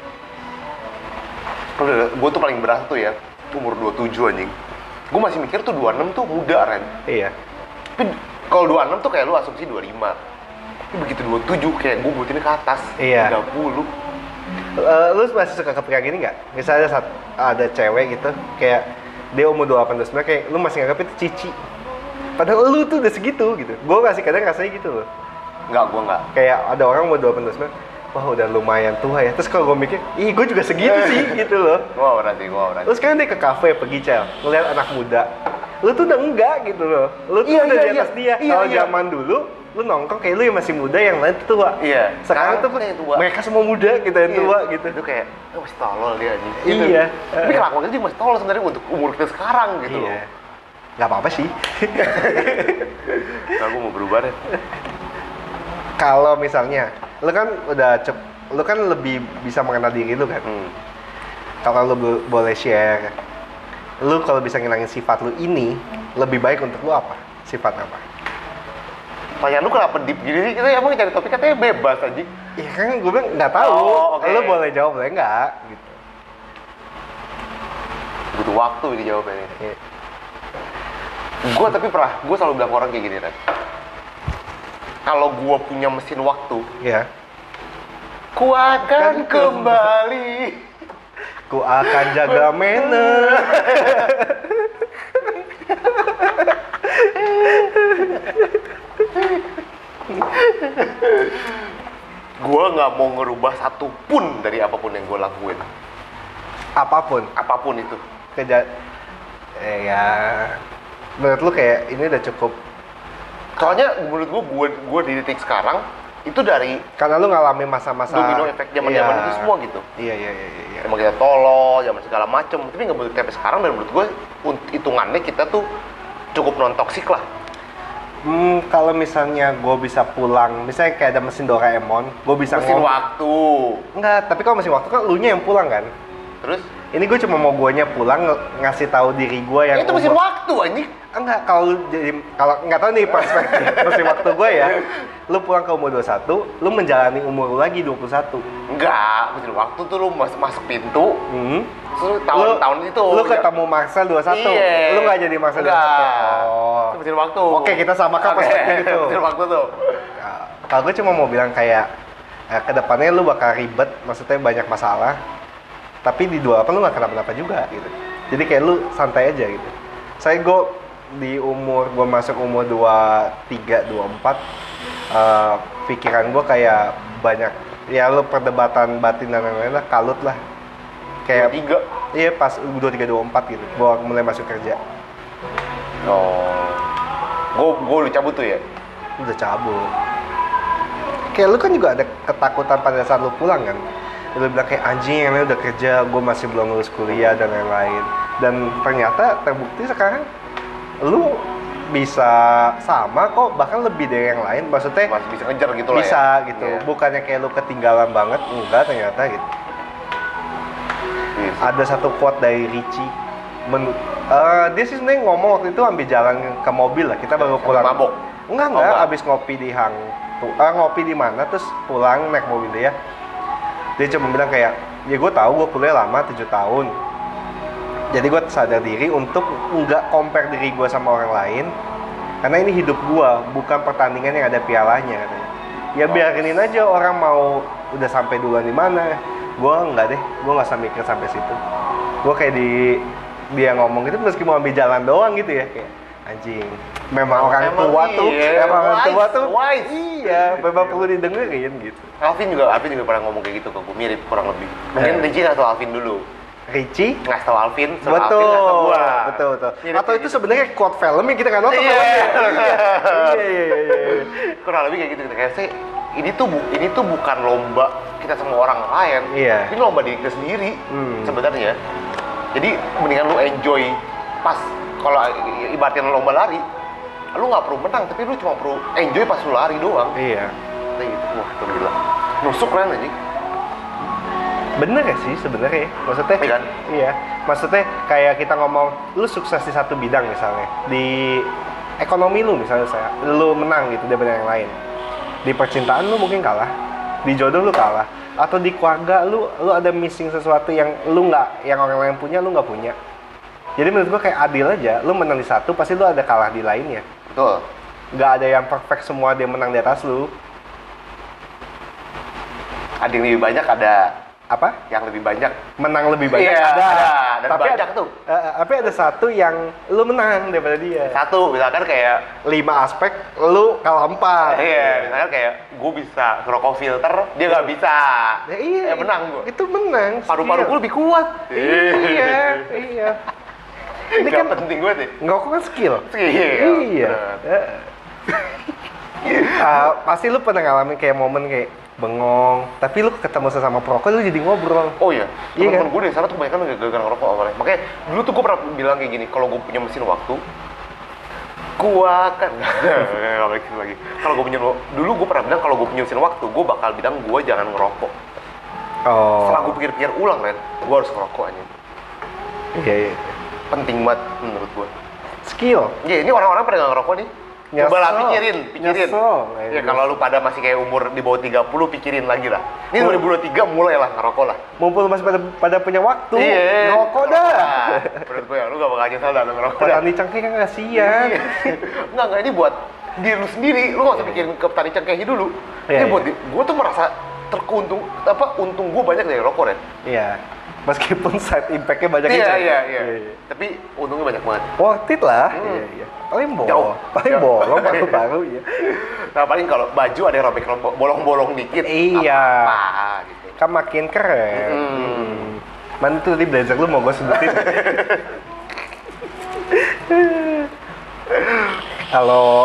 Gue tuh paling berasa tuh ya, umur dua puluh tujuh anjing. Gue masih mikir tuh dua puluh enam tuh muda, Ren.
Iya.
Tapi kalau dua puluh enam tuh kayak lu asumsi dua puluh lima. Tapi begitu dua puluh tujuh kayak gue butuhin ke atas.
Iya.
tiga puluh.
Eh, lu masih suka kepikiran gini nggak? Misalnya saat ada cewek gitu, kayak dia umur dua puluh delapan, dua puluh sembilan, kayak lu masih nganggap itu cici. Padahal lu tuh udah segitu gitu. Gue masih kadang rasanya gitu loh.
Enggak, gue enggak.
Kayak ada orang umur dua puluh delapan, dua puluh sembilan, wah udah lumayan tua ya. Terus kalau gue mikir, ih gue juga segitu sih gitu loh.
Gue berarti, gue berarti.
Terus sekarang dia ke kafe pergi cel, ngeliat anak muda. Lu tuh udah enggak gitu loh. Lu tuh
Iya,
udah
iya,
di atas
iya.
dia.
Iya,
Kalau
iya.
zaman dulu, lu nongkrong kayak lu yang masih muda, yang lain tuh tua.
Iya.
Sekarang tuh
kita yang tua.
mereka semua muda, kita yang
Iya.
tua gitu.
Itu kayak, oh, masih tolol dia anjing.
Iya.
Tapi kelakuan dia masih tolol sebenarnya untuk umur kita sekarang gitu loh.
Iya. Nggak apa-apa sih.
Nah, gue mau berubah deh.
Kalau misalnya, lu kan udah cep, lu kan lebih bisa mengenal diri lu kan.
Hmm.
Kalau lu bo- boleh share, lu kalau bisa ngilangin sifat lu ini, lebih baik untuk lu apa? Sifat apa?
Pertanyaan lu kenapa deep gini sih? Kita emang cari topik katanya bebas anjing.
Ya kan gue bilang nggak tahu.
Oh, oke.
Lu boleh jawab boleh nggak? Gitu.
Butuh waktu ini jawabannya.
Iya.
Gue tapi pernah, gue selalu bilang ke orang kayak gini, Ren. Kalau gue punya mesin waktu,
Ya.
ku akan
Kan
kembali.
Ku akan jaga manner.
Gue nggak mau ngerubah satu pun dari apapun yang gue lakuin.
Apapun.
Apapun itu.
Keja eh, ya. Menurut lu kayak ini udah cukup.
Soalnya menurut gue, gue, gue di titik sekarang, itu dari
Karena lu ngalamin masa-masa
domino efek zaman-zaman
Iya.
itu semua gitu.
Iya iya iya iya.
Emang kita tolol, zaman segala macem. Tapi nggak boleh sampai sekarang, dan menurut gue, unt- hitungannya kita tuh cukup non-toxic lah.
Hmm, kalau misalnya gue bisa pulang, misalnya kayak ada mesin Doraemon, gue bisa
Mesin
ngom-
waktu.
Enggak, tapi kalau mesin waktu kan lu nya yang pulang kan.
Terus,
Ini gue cuma mau guanya pulang ng- ngasih tahu diri gue yang
itu mesin
umur-
waktu anjing.
enggak, kalau lu jadi kalau nggak tahu nih perspektif masih waktu gue ya, lu pulang ke umur dua puluh satu, lu menjalani umur lu lagi dua puluh satu.
Enggak, mesin waktu tuh lu masuk masuk pintu.
Hmm.
Terus tahun-tahun itu
Lu ketemu Marcel dua puluh satu.
Iya.
Lu nggak jadi Marcel dua puluh satu. Oh.
Itu mesin waktu.
Oke, kita samakan
Oke,
perspektif itu.
mesin waktu tuh.
Nah, kalau gue cuma mau bilang kayak eh, kedepannya lu bakal ribet, maksudnya banyak masalah. Tapi di dua puluh delapan lu nggak kenapa-napa juga gitu. Jadi kayak lu santai aja gitu. Saya gue di umur gue masuk umur dua puluh tiga, dua puluh empat, uh, pikiran gue kayak banyak ya lu perdebatan batin dan lain-lain lah, kalut lah. Kayak
tiga.
Iya, pas dua puluh tiga, dua puluh empat gitu. Gue mulai masuk kerja.
Oh. Gue gue udah cabut tuh ya.
Udah cabut. Kayak lu kan juga ada ketakutan pada saat lu pulang kan. Lu bilang kayak anjing, yang lain udah kerja, gue masih belum lulus kuliah dan lain-lain. Dan ternyata terbukti sekarang lu bisa sama kok, bahkan lebih dari yang lain. Maksudnya
Masih bisa ngejar gitu lah ya.
bisa gitu.
Iya.
Bukannya kayak lu ketinggalan banget, enggak ternyata gitu.
Yes.
Ada satu quote dari Richie. Men- uh, dia sih sebenarnya ngomong waktu itu ambil jalan ke mobil lah. Kita baru pulang.
Mabok?
Enggak,
Oh,
enggak.
enggak.
Abis ngopi di Hang. Tu- uh, ngopi di mana, terus pulang naik mobil dia. Dia cuma bilang kayak, ya gue tahu gue kuliah lama tujuh tahun. Jadi gue sadar diri untuk nggak compare diri gue sama orang lain. Karena ini hidup gue, bukan pertandingan yang ada pialanya katanya. Ya biarinin aja orang mau udah sampai duluan di mana. Gue nggak deh, gue nggak sampai mikir sampai situ. Gue kayak di dia ngomong gitu meski mau ambil jalan doang gitu ya, kayak anjing. Memang orang
Emang
tua tuh,
iya,
emang orang
wise,
tua tuh,
wise.
iya, memang perlu didengerin gitu.
Alvin juga, Alvin juga pernah ngomong kayak gitu ke gue, mirip kurang lebih. Mungkin
Eh.
Ricci ngasih tau Alvin dulu.
Richie,
Ngasih tau Alvin, suruh Alvin
betul,
ngasih tau gua.
betul, betul.
Mirip
Atau
kayak
itu
gitu.
sebenarnya quote film yang kita nggak nonton.
Iya.
filmnya. Iya, iya, iya, iya.
Kurang lebih kayak gitu. Kayak sih, ini tuh bu, ini tuh bukan lomba kita sama orang lain.
Iya.
Ini lomba diri kita sendiri
Hmm.
sebenarnya. Jadi mendingan lu enjoy pas kalau i- ibaratnya lomba lari, lu nggak perlu menang, tapi lu cuma perlu enjoy pas lu lari doang.
Iya.
Kayak gitu. Wah, itu gila. Nusuk kan anjing.
Bener ya sih sebenarnya, maksudnya
Iya kan?
iya, maksudnya kayak kita ngomong lu sukses di satu bidang misalnya, di ekonomi lu misalnya, saya lu menang gitu daripada yang lain. Di percintaan lu mungkin kalah, di jodoh lu kalah, atau di keluarga lu lu ada missing sesuatu yang lu nggak, yang orang lain punya lu nggak punya. Jadi menurut gua kayak adil aja, lu menang di satu pasti lu ada kalah di lainnya.
Betul.
Nggak ada yang perfect semua dia menang di atas lu.
Ada yang lebih banyak, ada
Apa?
yang lebih banyak.
Menang lebih banyak
Iya,
ada,
ada. Dan
tapi
banyak
ada,
tuh.
eh, eh, tapi ada satu yang lu menang daripada dia.
Satu, misalkan kayak
Lima aspek lu kalah empat.
iya, misalkan kayak gue bisa ngerokok filter, dia nggak bisa.
Ya, iya.
Eh, menang gue.
Itu menang.
Paru-paru gue lebih kuat.
Iya, iya. Ini
Gak
kan
penting gue deh.
ngerokok kan skill.
Skill,
Iya. Eh. Ah, pasti lu pernah ngalamin kayak momen kayak bengong, tapi lu ketemu sesama perokok lu jadi ngobrol.
Oh iya,
Iya
temen-temen
kan?
gue di sana tuh kebanyakan gara-gara ngerokok awalnya. Makanya dulu tuh gue pernah bilang kayak gini, kalau gue punya mesin waktu, gue akan nggak balik lagi. Kalau gue punya dulu gue pernah bilang kalau gue punya mesin waktu, gue bakal bilang gue jangan ngerokok.
Oh.
Setelah gue pikir-pikir ulang, Ren, gue harus ngerokok aja.
Iya, iya.
Penting banget menurut gue.
Skill.
Iya, ini orang-orang pada nggak ngerokok nih. Coba lah
Nyesel.
pikirin, pikirin.
Nyesel.
Ya kalau lu pada masih kayak umur di bawah tiga puluh, pikirin lagi lah. Ini
Oh.
dua ribu dua puluh tiga mulai lah ngerokok lah.
Mumpul masih pada, pada punya waktu,
Iya.
ngerokok dah.
Menurut gue ya, lu gak bakal nyesel dah lu ngerokok dah.
Petani cengkeh kan kasihan.
Iya. Enggak, enggak, ini buat diri lu sendiri. Lu gak usah pikirin ke petani cengkehnya dulu.
Iya,
Ini
iya.
buat, di- gue tuh merasa terkuntung, apa, untung gue banyak dari rokok, Ren.
Iya. Meskipun side impact-nya banyak
Iya,
aja.
iya, iya. Tapi untungnya banyak banget.
Worth it lah.
Hmm.
Iya, iya. Paling
Jauh.
bolong. Paling
Jauh.
bolong baru-baru ya.
Nah, paling kalau baju ada yang robek bolong-bolong dikit.
Iya.
Apa gitu.
Kan makin keren.
Hmm.
Hmm. Mana tuh tadi blazer lu mau gue sebutin? Kalau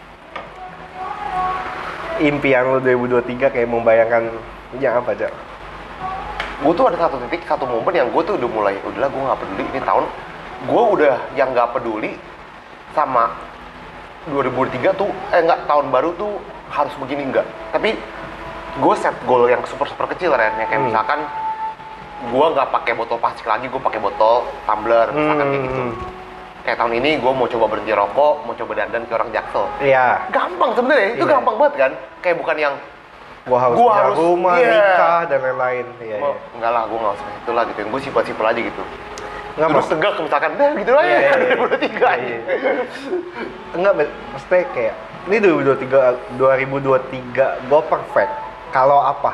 impian lu dua ribu dua puluh tiga kayak membayangkan ya apa aja?
Gue tuh ada satu titik, satu momen yang gue tuh udah mulai, udahlah gue nggak peduli ini tahun. Gue udah yang nggak peduli sama dua ribu dua puluh tiga tuh, eh nggak, tahun baru tuh harus begini enggak. Tapi gue set goal yang super super kecil, Ren, ya kayak
Hmm.
misalkan gue nggak pakai botol plastik lagi, gue pakai botol tumbler, misalkan kayak gitu.
Hmm.
kayak tahun ini gue mau coba berhenti rokok, mau coba dandan kayak orang Jaksel.
Iya.
Gampang sebenarnya, itu
Iya.
gampang banget kan. Kayak bukan yang
Gua harus
Gua
punya
harus-
rumah,
iya.
nikah dan lain-lain. Iya,
mau,
iya.
enggak lah, gue nggak usah itulah gitu. Gue simpel-simpel aja gitu.
Enggak
Terus
mas.
tegak misalkan, dah gitu aja
Iya, iya,
kan
iya.
dua ribu dua puluh tiga
Iya,
aja.
iya. Enggak, bet- maksudnya kayak ini dua ribu dua puluh tiga dua ribu dua puluh tiga gue perfect. Kalau apa?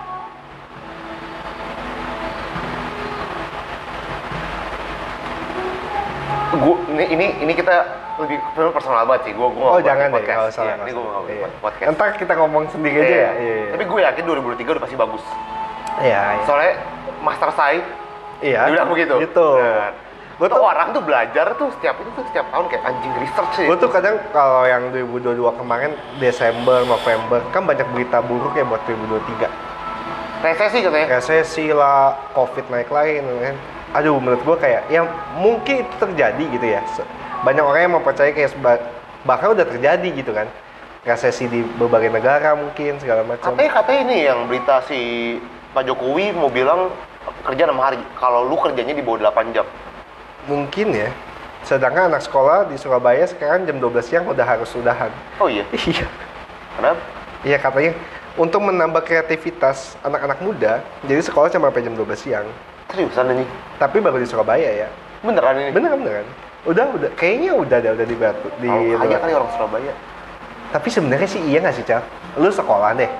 Gua, ini, ini ini kita lebih personal banget sih. Gue gue
Oh jangan deh,
podcast.
kalau salah.
Iya, ini gue mau
Iya.
podcast.
Ntar kita ngomong sendiri aja
Iya.
ya. Iya, iya.
Tapi gue yakin dua ribu dua puluh tiga udah pasti bagus.
Iya, iya.
Soalnya Master Sai
Iya.
dia bilang begitu.
Gitu.
Nah,
Gua
tuh
tuh-
orang tuh belajar tuh setiap itu tuh setiap tahun kayak anjing research sih.
Gue tuh kadang kalau yang dua ribu dua puluh dua kemarin Desember, November kan banyak berita buruk ya buat dua ribu dua puluh tiga.
Resesi katanya.
Resesi lah, Covid naik lain, kan. Aduh, menurut gue kayak ya mungkin itu terjadi gitu ya. Se- Banyak orang yang mempercayai kayak seba- bahkan udah terjadi gitu kan. Resesi di berbagai negara mungkin segala macam.
Katanya katanya ini yang berita si Pak Jokowi mau bilang kerja enam hari. Kalau lu kerjanya di bawah delapan jam.
Mungkin ya. Sedangkan anak sekolah di Surabaya sekarang jam dua belas siang udah harus udahan.
Oh iya.
Iya.
Kenapa?
Iya katanya untuk menambah kreativitas anak-anak muda, jadi sekolah cuma sampai jam dua belas siang.
Seriusan ini?
Tapi baru di Surabaya ya.
Beneran ini?
Beneran beneran. Udah udah kayaknya udah ada udah di batu di
Kalau aja kali orang Surabaya.
Tapi sebenarnya sih iya nggak sih Cal? Lu sekolah deh.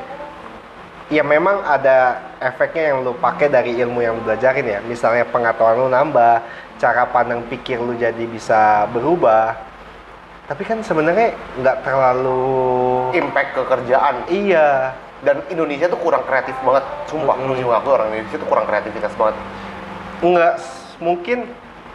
Ya memang ada efeknya yang lu pakai dari ilmu yang lu belajarin ya. Misalnya pengetahuan lu nambah, cara pandang pikir lu jadi bisa berubah. Tapi kan sebenarnya nggak terlalu
Impact ke kerjaan.
iya.
Dan Indonesia tuh kurang kreatif banget. Sumpah,
Mm-mm.
lu sih ngaku orang Indonesia tuh kurang kreativitas banget.
Nggak s- mungkin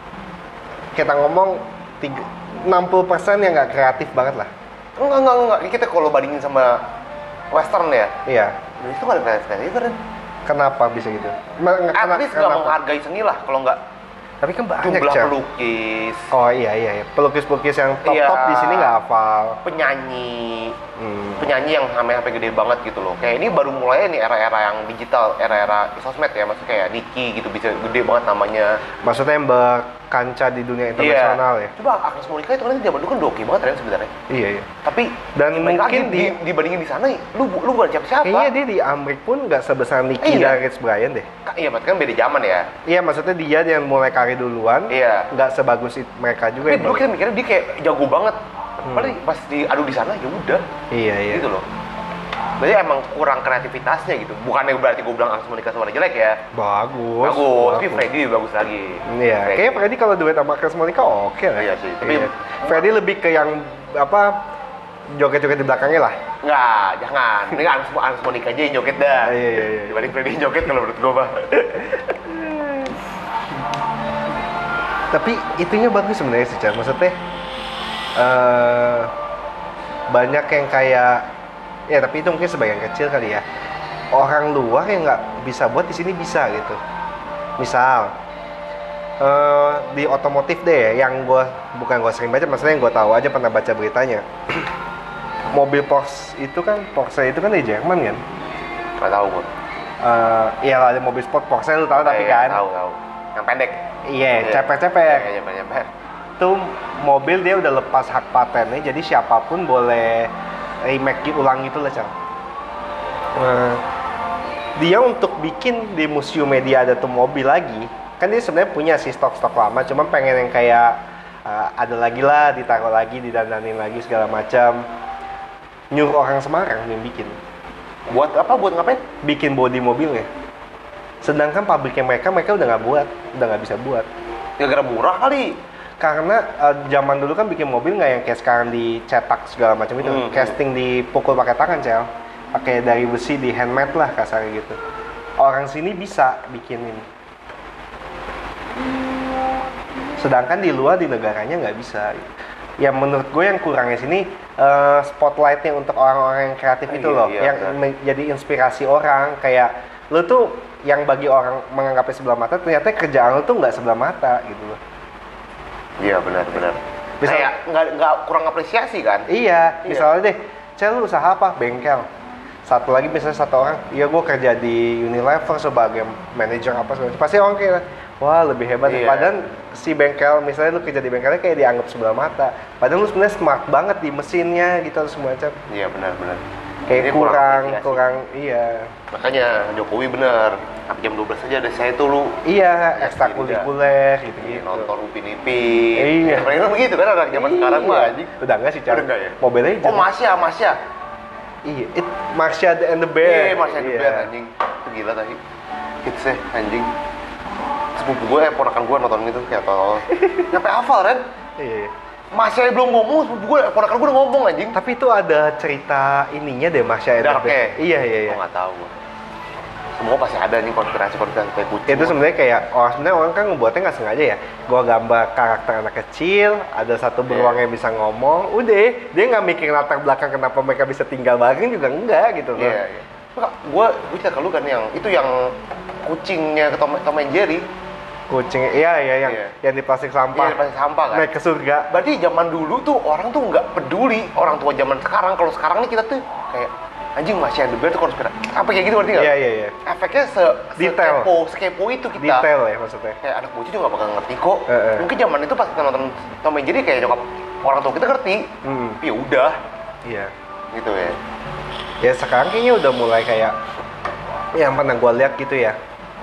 kita ngomong tiga- enam puluh persen yang nggak kreatif banget lah.
Enggak, enggak, enggak. Ini kita kalau bandingin sama Western ya,
Iya.
Indonesia tuh nggak ada kreatif kan?
Kenapa bisa gitu? Ma-
At
kena-
least nggak
kenapa?
menghargai seni lah. Kalau nggak
Tapi kan banyak
jumlah
Cal.
pelukis,
Oh iya iya, iya. Pelukis-pelukis yang top-top
Iya.
di sini nggak hafal.
penyanyi,
Hmm.
penyanyi yang sampai-sampai gede banget gitu loh. Kayak ini baru mulai nih era-era yang digital, era-era sosmed ya. Maksudnya kayak Nicky gitu bisa gede banget namanya.
Maksudnya yang berkancah di dunia internasional ya.
Coba Agnes Monica itu kan zaman dulu kan doki banget kan sebenarnya.
Iya iya.
Tapi
Dan
balik
mungkin
lagi,
di-
di, dibandingin di sana, lu lu bukan siapa-siapa.
Kayaknya dia di Amrik pun nggak sebesar Nicky
Iya.
dan Rich Brian deh.
Ka- Iya, berarti kan beda zaman ya.
Iya maksudnya dia yang mulai karir duluan.
Iya.
Nggak sebagus it- mereka juga.
Tapi
yang
dulu
baru.
kita mikirnya dia kayak jago banget.
Hmm.
Padahal pas diadu di sana ya udah.
Iya iya.
Gitu loh. Berarti emang kurang kreativitasnya gitu. Bukannya berarti gue bilang Agnes Monica suara jelek ya.
Bagus.
Bagus, tapi Freddy bagus lagi.
Iya,
Freddy.
kayaknya Freddy kalau duet sama Chris Monica oke lah.
Iya sih, tapi-
Iya. Freddy lebih ke yang apa joget-joget di belakangnya lah.
Nggak, jangan. Ini Agnes, Agnes Monica aja yang joget dah.
Iya, iya, iya.
Dibanding Freddy yang joget kalau menurut gue mah.
Tapi itunya bagus sebenarnya sih, Chan. Maksudnya eh banyak yang kayak ya tapi itu mungkin sebagian kecil kali ya. Orang luar yang nggak bisa buat di sini bisa gitu. Misal eh di otomotif deh, yang gue bukan gue sering baca, maksudnya yang gue tahu aja pernah baca beritanya. Mobil Porsche itu kan Porsche itu kan dari Jerman kan.
Nggak tahu gue.
Eh iya lah, ada mobil sport Porsche lu tahu tapi kan.
Tahu, tahu. Yang pendek.
Iya,
Iya.
cepet-cepet.
Iya, cepet-cepet.
Itu mobil dia udah lepas hak patennya, jadi siapapun boleh remake ulang gitu lah, Cang. Nah, dia untuk bikin di museum media ada tuh mobil lagi, kan dia sebenarnya punya sih stok-stok lama, cuman pengen yang kayak uh, ada lagi lah, ditaruh lagi, didandanin lagi segala macam. Nyuruh orang Semarang yang bikin,
Buat apa? Buat ngapain?
bikin bodi mobilnya. Sedangkan pabriknya mereka, mereka udah nggak buat, udah nggak bisa buat.
Gara-gara murah kali.
Karena uh, zaman dulu kan bikin mobil nggak yang kayak sekarang dicetak segala macam itu,
Hmm.
casting dipukul pakai tangan, Cel, pakai dari besi di handmade lah kasarnya gitu. Orang sini bisa bikinin, sedangkan di luar di negaranya nggak bisa. Ya menurut gue yang kurangnya sini uh, spotlightnya untuk orang-orang yang kreatif
Ah,
itu
iya,
loh,
iya,
yang
benar.
menjadi inspirasi orang. Kayak lo tuh yang bagi orang menganggapnya sebelah mata, ternyata kerjaan lo tuh nggak sebelah mata gitu loh.
Iya, benar-benar.
Bisa-
Kayak nggak nggak kurang apresiasi kan?
Iya,
Iya.
misalnya deh, Cel lu usaha apa? Bengkel. Satu lagi misalnya satu orang, iya gue kerja di Unilever sebagai manajer apa segala macam. Pasti orang kayak, wah lebih hebat.
Iya.
Padahal si bengkel, misalnya lu kerja di bengkelnya kayak dianggap sebelah mata. Padahal lu sebenarnya smart banget di mesinnya gitu atau semua macam.
Iya benar-benar.
Kayak
Ini
kurang,
apresiasi.
kurang, iya.
Makanya Jokowi bener. Sampai jam dua belas aja ada saya tuh lu.
Iya,
Ya,
ekstrakurikuler
Iya,
gitu-gitu.
nonton Upin Ipin.
Iya.
Ya, paling begitu kan anak zaman
Iya.
sekarang mah anjing.
Udah enggak sih, Cal?
Udah enggak ya?
Mobile Legends.
Oh, Masya, Masya.
Iya, it Marsha and the Bear.
Iya, Masya the
Iya.
Bear anjing. Itu gila tadi. Hitsnya anjing. Sepupu gue, eh, ponakan gue nonton itu kayak tolol. Nyampe hafal, Ren.
Iya.
Masya belum ngomong, sepupu gue, ponakan gue udah ngomong anjing.
Tapi itu ada cerita ininya deh, Marsha and the
Dark-nya?
Bear. Iya, iya, iya.
Gue nggak tahu. Semua pasti ada nih konspirasi-konspirasi kayak kucing.
Itu sebenarnya kayak orang sebenarnya orang kan ngebuatnya nggak sengaja ya. Gua gambar karakter anak kecil, ada satu beruang
Iya.
yang bisa ngomong, udah dia nggak mikir latar belakang kenapa mereka bisa tinggal bareng juga enggak gitu loh.
Iya, iya. Enggak, gue gue cerita ke lu kan yang itu yang kucingnya ke Tom, Tom and Jerry.
Kucing, iya iya yang
Iya.
yang di plastik sampah.
Iya, plastik sampah kan.
Naik ke surga.
Berarti zaman dulu tuh orang tuh nggak peduli orang tua zaman sekarang. Kalau sekarang nih kita tuh kayak anjing masih ada bear tuh konspirasi. Apa kayak gitu berarti nggak?
Iya iya iya.
Efeknya se
Detail.
sekepo sekepo itu kita.
Detail ya maksudnya.
Kayak anak bocil juga nggak bakal ngerti kok.
Eh, eh.
Mungkin zaman itu pas kita nonton Tom and Jerry kayak nyokap orang tua kita ngerti.
Hmm.
Ya udah,
Iya.
gitu ya.
Ya sekarang kayaknya udah mulai kayak yang pernah gue lihat gitu ya.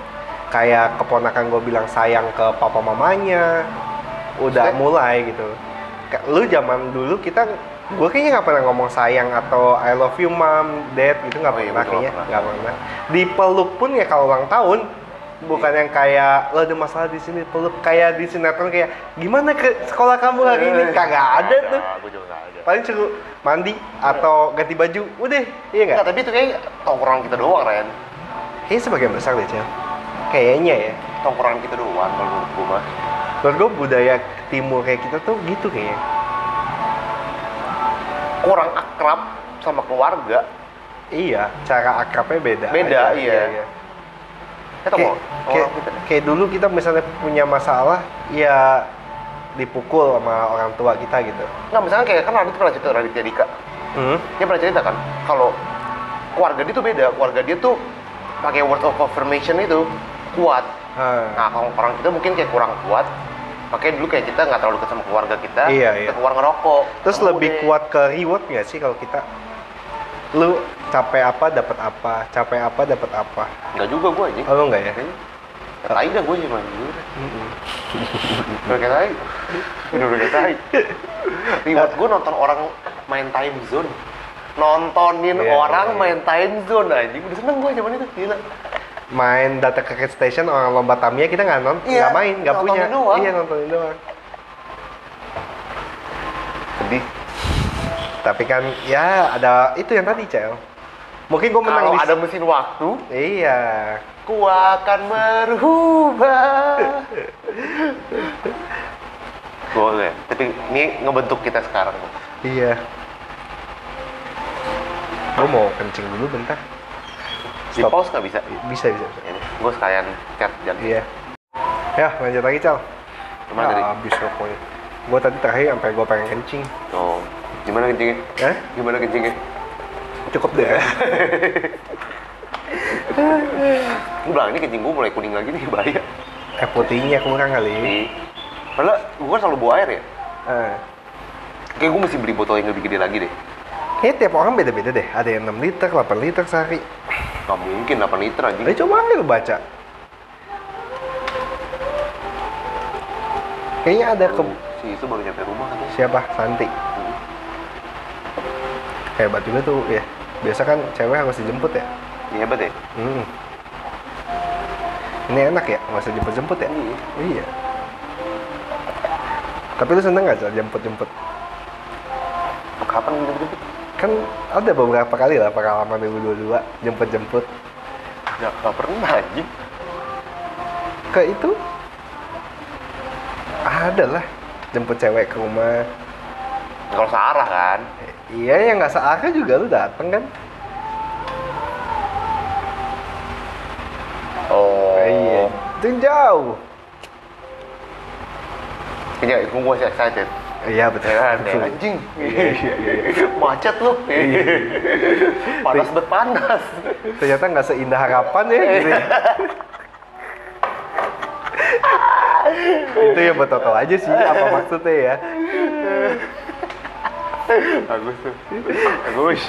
Kayak keponakan gue bilang sayang ke papa mamanya, udah
Maksudnya?
mulai gitu. Ka- Lu zaman dulu kita, gue kayaknya nggak pernah ngomong sayang atau I love you mom, dad gitu nggak
Oh iya,
pernah
betul,
kayaknya,
nggak
nggak pernah. Dipeluk pun ya kalau ulang tahun, bukan yang kayak lo ada masalah di sini peluk kayak di sinetron kayak gimana ke sekolah kamu hari ini, kagak ada tuh.
Gue juga nggak ada.
Paling suruh mandi atau ganti baju, udah, iya nggak?
Nggak, tapi itu kayak tongkrongan kita doang, Ren.
Kayaknya sebagian besar deh, Cel. Kayaknya ya.
Tongkrongan kita doang kalau menurut gue mah.
Menurut gue budaya timur kayak kita tuh gitu kayaknya.
Kurang akrab sama keluarga.
Iya, cara akrabnya beda.
Beda,
aja.
iya. Kita
Kayak,
mau
kayak,
orang kita.
kayak dulu kita misalnya punya masalah, ya dipukul sama orang tua kita gitu.
Nggak, misalnya kayak kan Radit pernah cerita, Raditya Dika.
Hmm?
Dia pernah cerita kan, kalau keluarga dia tuh beda. Keluarga dia tuh pakai word of affirmation itu kuat.
Ah.
Nah, kalau orang kita mungkin kayak kurang kuat. Makanya dulu kayak kita nggak terlalu dekat sama keluarga kita.
Iya,
kita
iya.
keluar ngerokok.
Terus
Ketemu
lebih
deh.
kuat ke reward nggak sih kalau kita? Lu capek apa dapat apa, capek apa dapat apa.
Nggak juga gue aja.
Oh lu nggak ya?
Kayak tai dah gue cuma jujur.
Mm-mm.
Udah kayak tai. Udah udah kayak tai. Reward gue nonton orang main time zone. Nontonin
Iya,
orang
iya.
main time zone aja. Udah seneng gue zaman itu, gila.
Main data cricket station orang lomba Tamiya kita nggak nonton,
Iya,
nggak main, nggak punya.
nontonin doang.
Iya nontonin doang.
Sedih.
Tapi kan ya ada itu yang tadi Cel. Mungkin gue menang
Kalau
di-
ada mesin waktu,
Iya.
ku akan berubah. Boleh. Tapi ini ngebentuk kita sekarang.
Iya. Gue mau kencing dulu bentar.
Di
Stop.
pause nggak bisa?
Bisa bisa. bisa.
Ini, gue sekalian chat jangan.
Iya. Ya lanjut lagi Cel.
Gimana tadi?
Ya, habis rokoknya. Gue tadi terakhir sampai gue pengen kencing.
Oh, gimana kencingnya?
Eh?
Gimana kencingnya?
Cukup deh.
Gue bilang ini kencing gue mulai kuning lagi nih, bahaya.
Eh putihnya kurang kali.
Nih. Padahal gue kan selalu bawa air ya.
Eh.
Kayak gue mesti beli botol yang lebih gede lagi deh.
Kayaknya tiap orang beda-beda deh. Ada yang enam liter, delapan liter sehari.
Gak mungkin delapan liter aja.
Eh coba aja lu baca. Kayaknya ada ke
Si itu baru nyampe rumah katanya.
siapa? Santi.
Hmm.
Hebat juga tuh ya. Biasa kan cewek harus dijemput ya.
Ini hebat ya?
Hmm. Ini enak ya, nggak usah jemput-jemput ya?
Iya.
Iya. Tapi lu seneng nggak Cel, jemput-jemput?
Kapan jemput-jemput?
Kan ada beberapa kali lah pengalaman dua ribu dua puluh dua jemput-jemput.
Gak, gak pernah aja.
Ke itu ada lah jemput cewek ke rumah.
Kalau searah kan?
Iya, yang nggak searah juga lu dateng kan?
Oh.
Iya. Itu yang jauh.
Iya, gue masih excited.
Iya betul.
Ya kan, ya,
Betul.
anjing.
Iya, iya, iya.
Macet lu.
Iya.
Panas bet panas.
Ternyata nggak seindah harapan ya gitu. Ya. Itu ya buat tau aja sih apa maksudnya ya.
Bagus tuh. Bagus.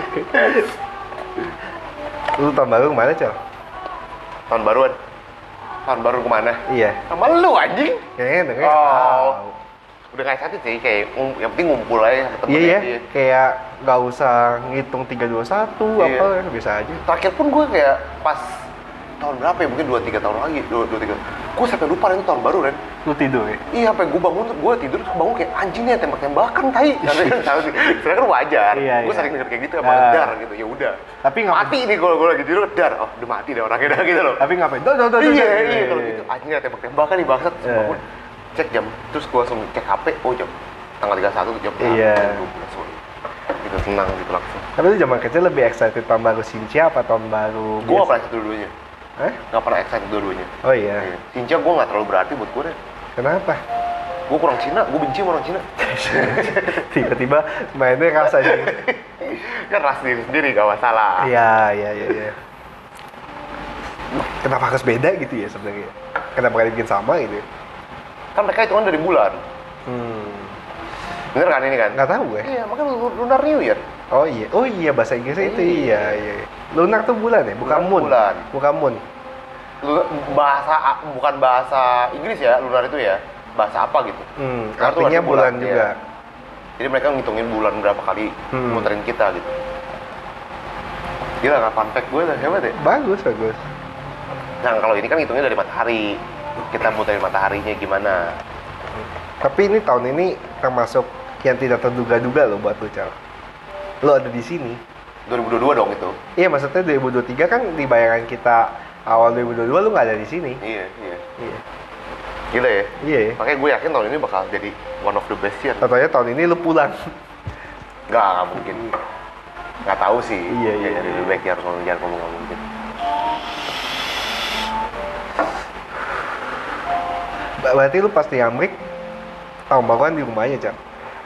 Lu tahun baru kemana, Cel?
Tahun baruan. Tahun baru kemana?
Iya.
Sama lu anjing.
Kayaknya dengernya
Oh.
tahu.
Udah kayak satu sih, kayak um, yang penting ngumpul aja ketemu
Iya ya,
aja.
kayak nggak usah ngitung tiga dua satu
Iya.
apa, bisa aja.
Terakhir pun gue kayak pas tahun berapa ya, mungkin dua tiga tahun lagi, dua tiga. Gue sampai lupa itu tahun baru, Ren.
Lu tidur ya?
Iya, sampai gue bangun, gue tidur terus bangun kayak anjing nih tembak-tembakan tai. Sebenarnya kan wajar.
Iya,
Gue
iya.
sering denger kayak gitu, apa
Ah.
dar gitu. Ya udah.
Tapi nggak
Mati nih kalau gue lagi tidur dar. Oh, udah mati deh orangnya dah gitu loh.
Tapi ngapain? Duh, duh, duh, duh,
Iya,
duh.
iya kalau gitu. Anjing nih tembak-tembakan nih bangsat. Terus
Iya.
bangun, cek jam, terus gue langsung cek H P. Oh, jam tanggal tiga puluh satu tuh jam
Iya.
langsung gitu senang gitu langsung.
Tapi lu zaman kecil lebih excited tahun baru Shinsha apa tahun baru
Gue gak
biasa?
pernah excited dua-duanya.
Hah?
Gak pernah excited dua-duanya.
Oh iya.
Iya. Sinca gue gak terlalu berarti buat gue deh.
Kenapa?
Gue kurang Cina, gue benci sama orang Cina.
Tiba-tiba mainnya rasa jadi.
Kan ras diri sendiri gak masalah.
Iya, iya, iya, iya. Kenapa harus beda gitu ya sebenarnya? Kenapa gak dibikin sama gitu?
Kan mereka hitungan dari bulan.
Hmm.
Bener kan ini kan?
Nggak tahu gue.
Iya, makanya lu- Lunar New Year.
Oh iya, oh iya bahasa Inggrisnya itu iya, iya. iya. Lunar tuh bulan ya, bukan
Lunar
moon.
bulan.
Bukan moon.
Lu- bahasa bukan bahasa Inggris ya, lunar itu ya. Bahasa apa gitu.
Hmm,
Lunar tuh
artinya
artinya
bulan,
bulan,
juga.
iya. Jadi mereka ngitungin bulan berapa kali
Hmm.
muterin kita gitu. Gila, nggak fun fact gue lah, hebat ya?
Bagus, bagus.
Nah, kalau ini kan ngitungnya dari matahari. Kita muterin mataharinya gimana.
Tapi ini tahun ini termasuk yang tidak terduga-duga loh buat lu, Cal. Lo ada di sini.
dua ribu dua puluh dua dong itu.
Iya, maksudnya dua ribu dua puluh tiga kan di bayangan kita awal dua ribu dua puluh dua lu nggak ada di sini.
Iya, iya.
Iya.
Gila ya?
Iya ya.
Makanya gue yakin tahun ini bakal jadi one of the best year.
Contohnya tahun ini lu pulang.
Nggak, nggak mungkin. Nggak tahu sih.
Iya, iya,
Jadi
iya.
lebih baik jangan ngomong, jangan ngomong nggak mungkin.
Ber- Berarti lu pas di Amrik tahun baruan di rumahnya, Cal.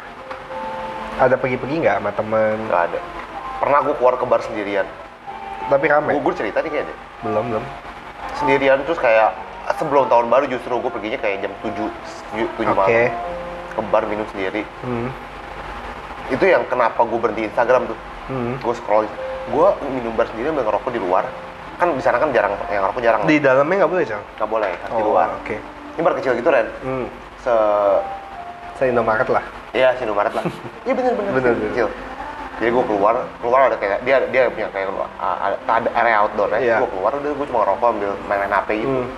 Ada pergi-pergi nggak sama temen?
Nggak ada. Pernah gue keluar ke bar sendirian.
Tapi rame?
Gue, gue cerita nih kayaknya.
Belum, belum.
Sendirian terus kayak sebelum tahun baru justru gue perginya kayak jam tujuh, tujuh
Oke.
malam. Ke bar minum sendiri.
Hmm.
Itu yang kenapa gue berhenti Instagram tuh.
Hmm.
Gue scroll. Gue minum bar sendiri sambil ngerokok di luar. Kan di sana kan jarang, yang ngerokok jarang.
Di dalamnya nggak boleh, Cal?
Nggak boleh, harus di
Oh,
luar.
oke.
Ini bar kecil gitu, Ren.
Hmm.
Se
Saya Indomaret lah.
Iya, Indomaret lah. Iya bener-bener
Bener,
kecil.
bener.
kecil. Jadi gue keluar, keluar ada kayak dia dia punya kayak uh, ada area outdoor ya.
Iya.
Gue keluar udah gue cuma ngerokok ambil main-main H P gitu.
Hmm.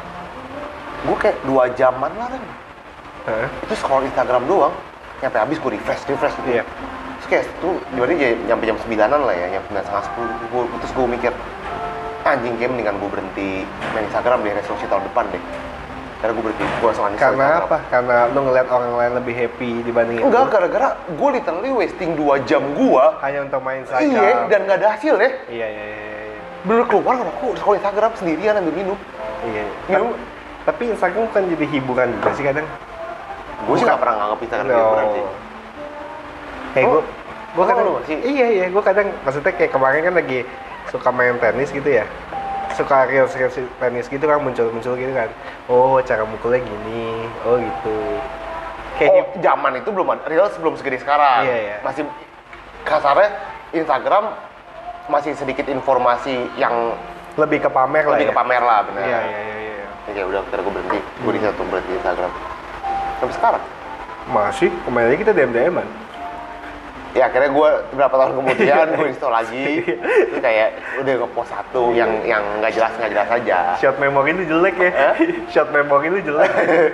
Gue kayak dua jaman lah kan.
Hah?
Itu scroll Instagram doang. Nyampe habis gue refresh, refresh gitu.
Iya.
Terus kayak itu gimana ya nyampe jam sembilanan lah ya, nyampe sembilan setengah sepuluh. Gua, terus gue mikir anjing kayak mendingan gue berhenti main Instagram deh, resolusi tahun depan deh. Karena gue berhenti, gue langsung uninstall
Karena
Instagram.
apa? Karena lu ngeliat orang lain lebih happy dibanding
Enggak,
lu.
gara-gara gue literally wasting dua jam gue.
Hanya untuk main saja.
Iya, dan nggak ada hasil ya.
Iya, iya, iya, iya.
Bener keluar ngerokok, scroll Instagram sendirian ambil minum.
Iya.
Minum.
Tapi Instagram kan jadi hiburan juga sih kadang.
Gue sih
Bukan.
nggak pernah nganggap Instagram
No.
hiburan sih.
Kayak
Oh.
gue, gue
Oh,
kadang
lu masih?
iya iya, gue kadang maksudnya kayak kemarin kan lagi suka main tenis gitu ya, suka reels reels tenis gitu kan muncul muncul gitu kan. Oh cara mukulnya gini, oh gitu. Kayak
Oh,
hip-
zaman itu belum ada, Reels belum segede sekarang.
Iya, iya.
Masih kasarnya Instagram masih sedikit informasi yang
lebih ke pamer lah
lebih
ya.
ke pamer lah, benar.
Iya iya iya. iya.
Ya kayak udah, akhirnya gue berhenti, gue di satu berhenti Instagram. Sampai sekarang.
Masih kemarin aja kita D M D M-an.
Ya akhirnya gue beberapa tahun kemudian gue install lagi. Itu kayak udah nge-post satu yang yang nggak jelas nggak jelas aja.
Shot memory lu jelek ya.
Eh?
Shot memory lu jelek.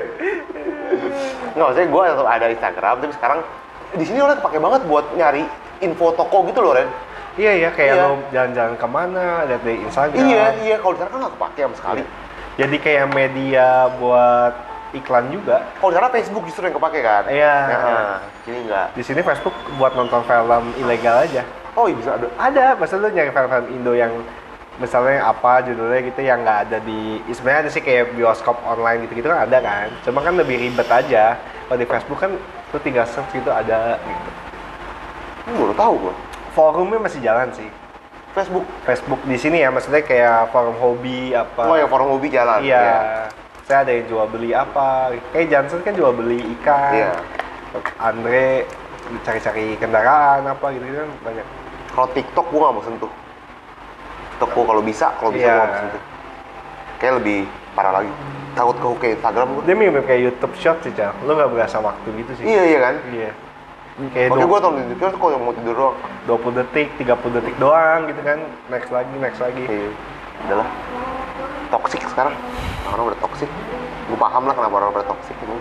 Nggak, maksudnya gue tetap ada Instagram, tapi sekarang di sini orang kepake banget buat nyari info toko gitu loh, Ren.
Iya iya kayak
Iya.
lo jalan-jalan kemana, lihat di Instagram.
Iya, iya. Kalau di sana kan nggak kepake sama sekali.
Jadi kayak media buat iklan juga.
Kalau di sana Facebook justru yang kepake kan.
Iya.
Nah, sini nggak.
Di sini Facebook buat nonton film ilegal aja.
Oh iya bisa ada.
Ada, maksudnya lu nyari film-film Indo yang misalnya apa judulnya gitu yang nggak ada di, sebenarnya ada sih kayak bioskop online gitu-gitu kan ada kan. Cuma kan lebih ribet aja. Kalau di Facebook kan lu tinggal search gitu ada gitu.
Hmm, baru tahu gue.
Forumnya masih jalan sih.
Facebook.
Facebook di sini ya, maksudnya kayak forum hobi apa.
Oh yang forum hobi jalan.
Iya. Maksudnya ada yang jual beli apa, kayak Johnson kan jual beli ikan.
Iya.
Andre cari-cari kendaraan apa gitu kan banyak.
Kalau TikTok gue nggak mau sentuh. TikTok gue kalau bisa, kalau bisa
Iya.
gue mau sentuh. Kayak lebih parah lagi. Takut ke kayak Instagram gue.
Dia mirip kayak YouTube Short sih, Cal. Lu nggak berasa waktu gitu sih.
Iya iya kan.
Iya. Kayak
Makanya
dua-
gue tau di TikTok kalau mau tidur doang.
dua puluh detik, tiga puluh detik doang gitu kan. Next lagi, next lagi.
Iya. Udahlah. Toxic sekarang. Orang udah toxic. Gue paham lah kenapa orang pada toxic gitu.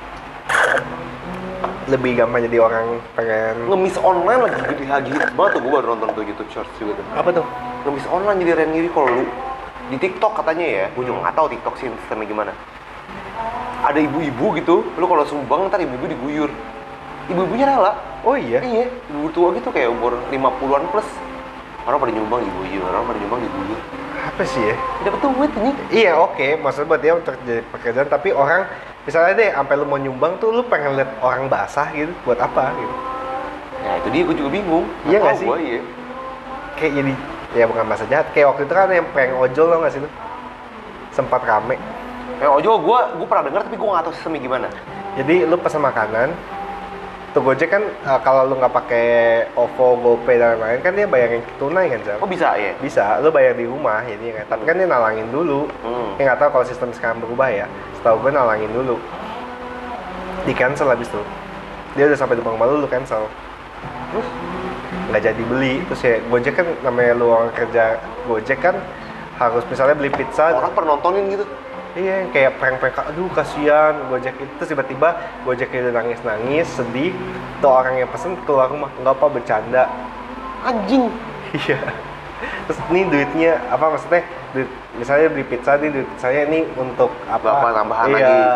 Lebih gampang jadi orang pengen
Ngemis online lagi gede lagi hits banget tuh. Gue baru nonton tuh YouTube Shorts juga tuh.
apa tuh?
Ngemis online jadi Reniri kalau lu di TikTok katanya ya. Gue juga nggak tahu TikTok sih sistemnya gimana. Ada ibu-ibu gitu, lu kalau sumbang ntar ibu-ibu diguyur. Ibu-ibunya rela.
Oh iya.
Iya, ibu tua gitu kayak umur lima puluhan plus. Orang pada nyumbang diguyur, orang pada nyumbang diguyur.
Apa sih ya?
Dapat duit ini.
Iya oke, maksudnya buat dia untuk jadi pekerjaan, tapi orang misalnya deh, sampai lu mau nyumbang tuh lu pengen lihat orang basah gitu, buat apa gitu?
Ya itu dia, gue juga bingung.
Iya nggak
tahu
sih?
Gua, iya.
Kayak jadi ya bukan masa jahat, kayak waktu itu kan yang prank ojol tau nggak sih lu? Sempat rame.
Eh ojol gue, gue pernah dengar tapi gue nggak tahu sistemnya gimana.
Jadi lu pesan makanan, tuh Gojek kan uh, kalau lu nggak pakai OVO, GoPay dan lain-lain kan dia bayarin tunai kan, Jam?
Oh bisa ya?
Bisa, lu bayar di rumah jadi kan. Tapi kan dia nalangin dulu.
Hmm.
Ya nggak tahu kalau sistem sekarang berubah ya. Setahu gue nalangin dulu. Di cancel habis tuh. Dia udah sampai depan rumah lu, lu cancel.
Terus?
Nggak jadi beli. Terus ya Gojek kan namanya lu orang kerja Gojek kan harus misalnya beli pizza.
Orang pernah nontonin gitu.
Iya, yang kayak prank-prank, aduh kasihan Gojek itu. Terus tiba-tiba Gojek itu nangis-nangis, sedih. Tuh orang yang pesen keluar rumah, nggak apa bercanda.
Anjing.
Iya. Terus ini duitnya apa maksudnya? Duit, misalnya beli pizza nih, duit saya ini untuk apa?
Apa, tambahan
iya.
lagi.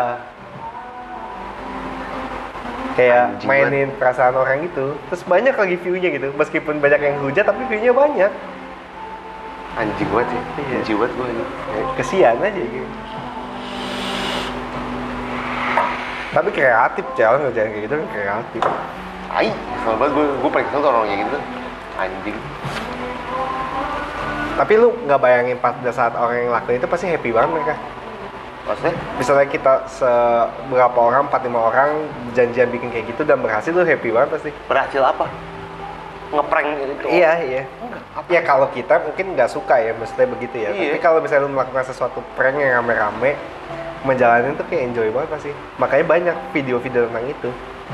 Kayak
Anjing
mainin perasaan orang gitu. Terus banyak lagi view-nya gitu. Meskipun banyak yang hujat tapi view-nya banyak.
Anjing banget ya.
Iya.
Anjing banget gue ini.
Kayak kesian aja gitu. Tapi kreatif, Cel, ngerjain kayak gitu kan kreatif.
Ai, kesel banget gue. Gue paling kesel tuh orang kayak gitu. Anjing.
Tapi lu nggak bayangin pada saat orang yang lakuin itu pasti happy banget mereka.
Maksudnya?
Misalnya kita seberapa orang, empat lima orang janjian bikin kayak gitu dan berhasil, lu happy banget pasti.
Berhasil apa? Ngeprank itu?
Iya, iya.
Enggak. Apa?
Ya kalau kita mungkin nggak suka ya, maksudnya begitu ya.
Iya.
Tapi kalau misalnya lu melakukan sesuatu prank yang rame-rame, menjalani itu kayak enjoy banget pasti. Makanya banyak video-video tentang itu.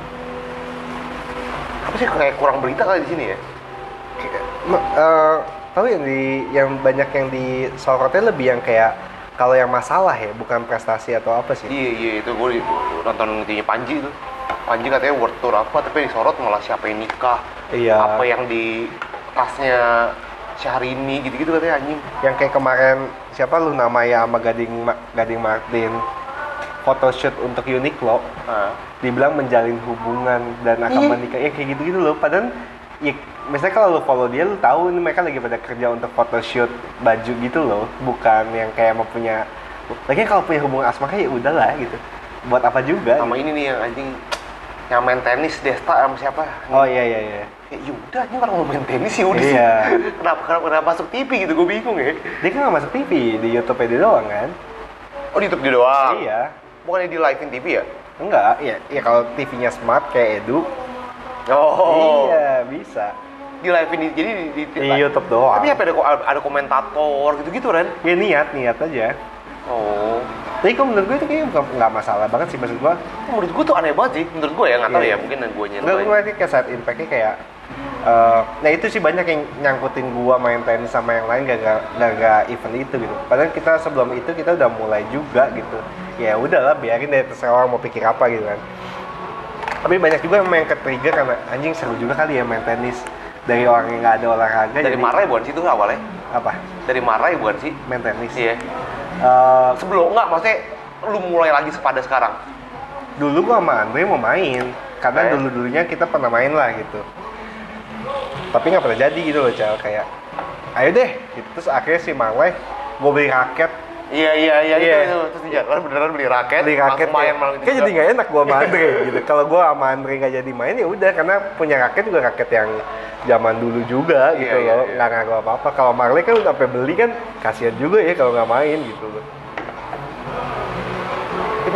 Apa sih kayak kurang berita kali di sini ya?
Kayak, ma- eh, tahu yang di yang banyak yang disorotnya lebih yang kayak kalau yang masalah ya, bukan prestasi atau apa sih.
Iya iya itu gue nonton itunya Panji tuh. Panji katanya world tour apa tapi disorot malah siapa yang nikah,
Iya.
apa yang di tasnya Syahrini gitu-gitu katanya anjing.
Yang kayak kemarin siapa lu namanya sama Gading Ma- Gading Martin photoshoot untuk Uniqlo,
Nah,
dibilang menjalin hubungan dan akan
Iya.
menikah, ya kayak gitu-gitu loh. Padahal ya, misalnya kalau lu follow dia, lu tahu ini mereka lagi pada kerja untuk photoshoot baju gitu loh, bukan yang kayak mau punya. Lagi kalau punya hubungan asmara ya udahlah gitu. Buat apa juga?
sama
gitu.
ini nih yang anjing yang main tenis Desta sama siapa?
Oh iya iya iya.
Ya udah anjing orang mau main tenis ya udah.
Iya.
kenapa, kenapa kenapa masuk T V gitu gue bingung ya.
Dia kan nggak masuk T V, di YouTube dia doang kan?
Oh di YouTube dia doang.
Iya.
Bukannya di live in T V ya?
Enggak, iya, ya kalau T V-nya smart kayak Edu,
Oh.
iya bisa.
Di live in jadi di, di,
Di YouTube doang.
Tapi apa ada ko- ada komentator gitu-gitu Ren?
Ya niat, niat aja.
Oh.
Tapi kalau menurut gue itu kayaknya bukan nggak masalah banget sih, maksud gue.
Menurut gue tuh aneh banget sih, menurut gue ya, nggak tahu
Iya.
ya, mungkin gue
Enggak, gue
nyentuh.
ngerti kayak side impact-nya kayak eh, nah itu sih banyak yang nyangkutin gua main tenis sama yang lain gara-gara event itu gitu. Padahal kita sebelum itu kita udah mulai juga gitu. Ya udahlah, biarin deh terserah orang mau pikir apa gitu kan. Tapi banyak juga yang main ke-trigger karena anjing seru juga kali ya main tenis. Dari orang yang nggak ada olahraga
Dari
jadi
Marai bukan sih itu awalnya?
apa?
Dari Marai bukan sih?
Main tenis.
Iya.
Eh,
Sebelum, enggak, maksudnya lu mulai lagi sepada sekarang?
dulu gua sama Andre mau main karena
Eh.
dulu-dulunya kita pernah main lah gitu. Tapi nggak pernah jadi gitu loh, Cal. Kayak ayo deh gitu. Terus akhirnya si Marley gua beli raket.
Iya, iya, iya,
Iya.
itu, itu. Terus dia beneran beli raket,
Beli raket
langsung main
kayak,
malam itu
kayak jadi
juga.
nggak enak gua sama Andre gitu. Kalau gua sama Andre nggak jadi main ya udah, karena punya raket juga raket yang zaman dulu juga gitu
Iya, iya,
loh,
iya.
nggak ngaruh apa-apa. Kalau Marley kan udah sampai beli kan, kasihan juga ya kalau nggak main gitu loh.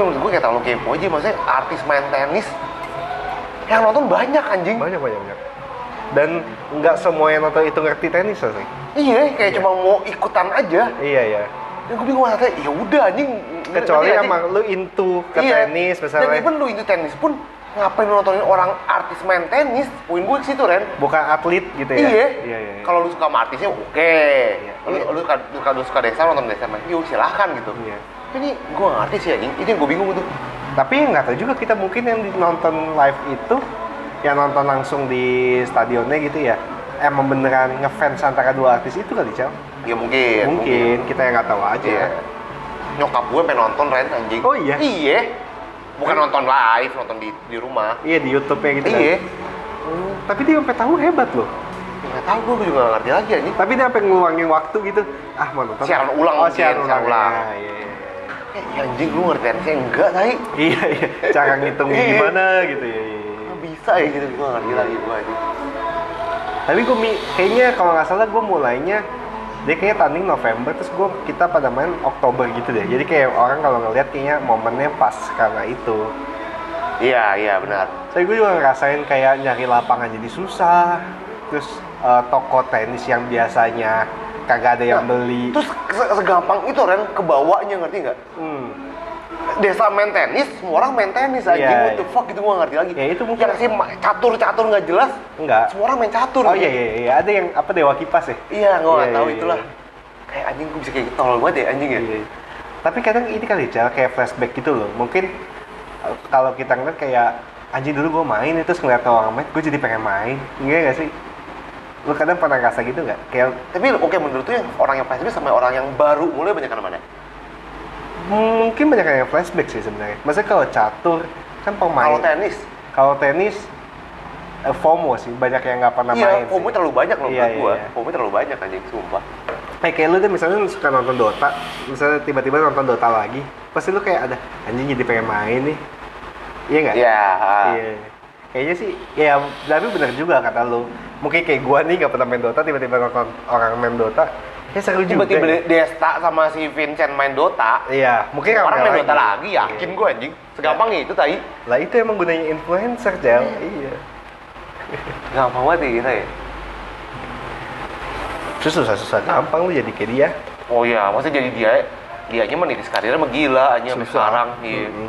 menurut gue kayak terlalu kepo aja. Maksudnya artis main tenis yang nonton banyak anjing.
Banyak banyak banyak. Dan nggak semua yang nonton itu ngerti tenis sih.
Iya, kayak
Iya.
cuma mau ikutan aja.
Iya ya.
Ya gue bingung katanya, ya udah anjing.
Kecuali
ngerti nggak
emang lu into ke
Iya.
tenis
Dan
misalnya.
even lu itu tenis pun ngapain lu nontonin orang artis main tenis? Poin gue ke situ, Ren.
Bukan atlet gitu ya.
Iya.
Iya iya. iya.
Kalau lu suka sama artisnya oke. Lu,
Iya.
lu, suka, lu, suka, lu suka desa nonton desa main, yuk silahkan gitu.
Iya.
Tapi ini gue nggak ngerti sih anjing. Itu yang gue bingung tuh.
Tapi nggak tahu juga kita mungkin yang nonton live itu, yang nonton langsung di stadionnya gitu ya, emang beneran ngefans antara dua artis itu kali, Cal?
Ya mungkin.
Mungkin, kita yang nggak tahu aja.
Iya. Nyokap gue pengen nonton Ren anjing.
Oh iya?
Iya. Bukan nonton live, nonton di di rumah.
Iya di YouTube-nya gitu.
Iya.
Kan? Hmm, tapi dia sampai tahu hebat loh.
Nggak tahu gue juga nggak ngerti lagi anjing.
Tapi dia sampai ngeluangin waktu gitu. Ah mau nonton.
Siaran ulang
Oh
mungkin,
siaran
siaran
ulang.
ulang.
Ya, iya, iya.
Eh, ya anjing lu ngerti tenisnya enggak tadi.
Iya iya. Cara ngitungnya
Iya.
gimana gitu ya. Iya, iya.
Nggak bisa ya gitu, gue nggak ngerti lagi gue anjing.
Tapi gue mi- kayaknya kalau nggak salah gue mulainya dia kayaknya tanding November terus gue kita pada main Oktober gitu deh. Jadi kayak orang kalau ngeliat kayaknya momennya pas karena itu.
Iya, iya benar.
Saya gue juga ngerasain kayak nyari lapangan jadi susah. Terus eh, toko tenis yang biasanya kagak ada yang
Nah,
beli.
Terus se- segampang itu Ren kebawanya ngerti nggak?
Hmm.
Desa main tenis, semua orang main tenis anjing,
Iya,
what the
iya.
fuck gitu gue ngerti lagi.
Ya, itu mungkin-
yang sih ma- catur-catur nggak jelas,
Enggak.
semua orang main catur.
Oh
gitu.
iya iya iya ada yang apa Dewa Kipas ya?
Iya, gue nggak
Iya,
tahu
iya,
itulah.
iya.
Kayak anjing gue bisa kayak tolol banget ya anjing ya.
Iya. Tapi kadang ini kali Cal, kayak flashback gitu loh. Mungkin eh, kalau kita ngeliat kayak anjing dulu gue main itu ngeliat orang main, gue jadi pengen main. Iya nggak sih? Lu kadang pernah ngerasa gitu nggak? Kayak
Tapi oke menurut tuh yang orang yang flashback sama orang yang baru mulai banyak mana mana?
mungkin banyak yang flashback sih sebenarnya. Maksudnya kalau catur kan pemain.
Kalau tenis,
Kalau tenis eh, FOMO sih, banyak yang nggak pernah main.
iya, FOMO
sih.
terlalu banyak loh
Iya,
menurut gue.
iya.
FOMO terlalu banyak anjing, sumpah.
Kayak kayak lu deh misalnya lu suka nonton Dota, misalnya tiba-tiba nonton Dota lagi, pasti lu kayak ada anjing jadi pengen main nih. Iya nggak?
Iya.
Iya. Kayaknya sih, ya tapi benar juga kata lu. Mungkin kayak gua nih nggak pernah main Dota, tiba-tiba nonton orang main Dota, ya seru juga.
Tiba-tiba Desta sama si Vincent main Dota.
Iya, mungkin rame
Orang main Dota lagi,
Iya.
yakin gue anjing. Segampang itu tadi.
Lah itu emang gunanya influencer, Jel. Iya.
Gampang banget ya kita ya.
Terus susah-susah gampang lu jadi kayak dia.
Oh iya, maksudnya jadi dia, dianya menitis karirnya mah gila anjing sampai
Susah.
sekarang. Iya.
Mm-mm.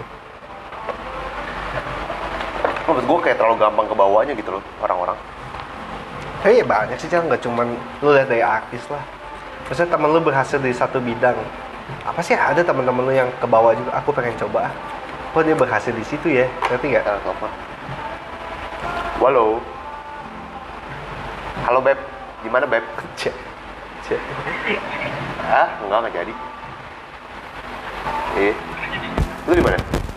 Menurut gue kayak terlalu gampang ke bawahnya gitu loh orang-orang.
Tapi ya banyak sih, Jel. Nggak cuman lu lihat dari artis lah. Maksudnya temen lu berhasil di satu bidang. Apa sih ada teman-teman lu yang ke bawah juga, aku pengen coba. ah. Kok dia berhasil di situ ya? Ngerti nggak?
Kita telepon. Halo. Halo Beb, gimana Beb?
Cek. Cek.
Hah? Enggak, nggak jadi. Iya. Lu di mana?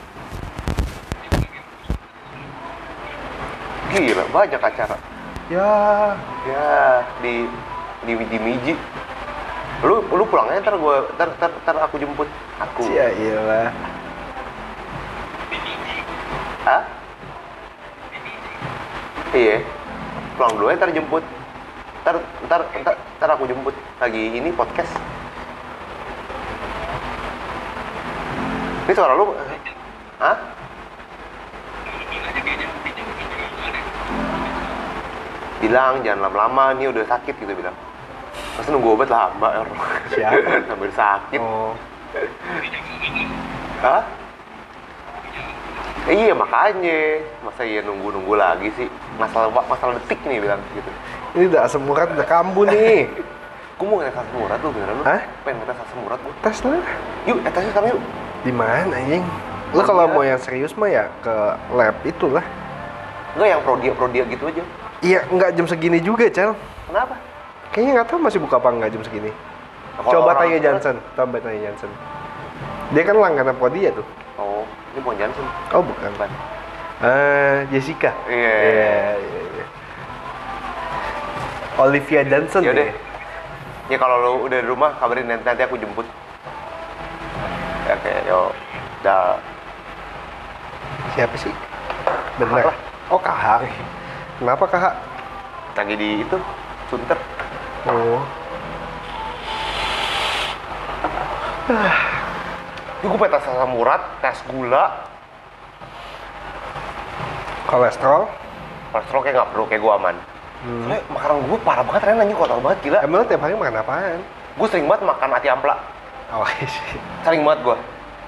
Gila, banyak acara.
Ya,
Ya, di di di Miji. Lu lu pulangnya ntar gua ntar, ntar, ntar aku jemput. Aku.
ya iyalah.
Hah? Iya. Pulang dulu ya ntar jemput. Ntar, ntar, ntar, ntar aku jemput. Lagi ini podcast. Ini suara lu. Hah? Bilang jangan lama-lama, nih udah sakit gitu bilang. Masa nunggu obat lama ya orang.
Siapa?
Sambil sakit.
Oh,
Hah? Eh, iya makanya. Masa iya nunggu-nunggu lagi sih? Masalah masalah detik nih bilang gitu.
ini udah asam urat, udah kambuh nih.
Gue mau ngetes asam urat lu beneran lu?
Hah?
Pengen ngetes asam urat gue.
Tes lah.
Yuk, eh, tesnya sekarang yuk.
Di mana anjing? Lu kalau
Iya.
mau yang serius mah ya ke lab itulah.
Enggak yang prodia prodia gitu aja.
Iya, nggak jam segini juga, Cel.
Kenapa?
Kayaknya nggak tahu masih buka apa nggak jam segini.
Nah, kalau
Coba
orang-
tanya Johnson, coba tanya Johnson. Dia kan langganan Podia tuh.
Oh, ini bukan Johnson.
Oh bukan.
Bukan.
Eh, Jessica.
Iya.
Iya, iya, iya. Olivia Johnson
Ya udah.
deh.
Ya kalau lu udah di rumah kabarin nanti, nanti aku jemput. Ya, oke, yuk. Dah.
Siapa sih?
Kahak
Bener.
lah.
Oh, Kahak. Kenapa Kahak?
Lagi di itu, Sunter.
Oh.
Gue pengen tes asam urat, tes gula,
Kolesterol.
kolesterol kayak nggak perlu, kayak gue aman.
Hmm.
Soalnya makanan gue parah banget, Ren, anjing kotor banget, gila.
Emang lu tiap hari makan apaan?
Gue sering banget makan ati ampla,
Oh sih.
sering banget gue.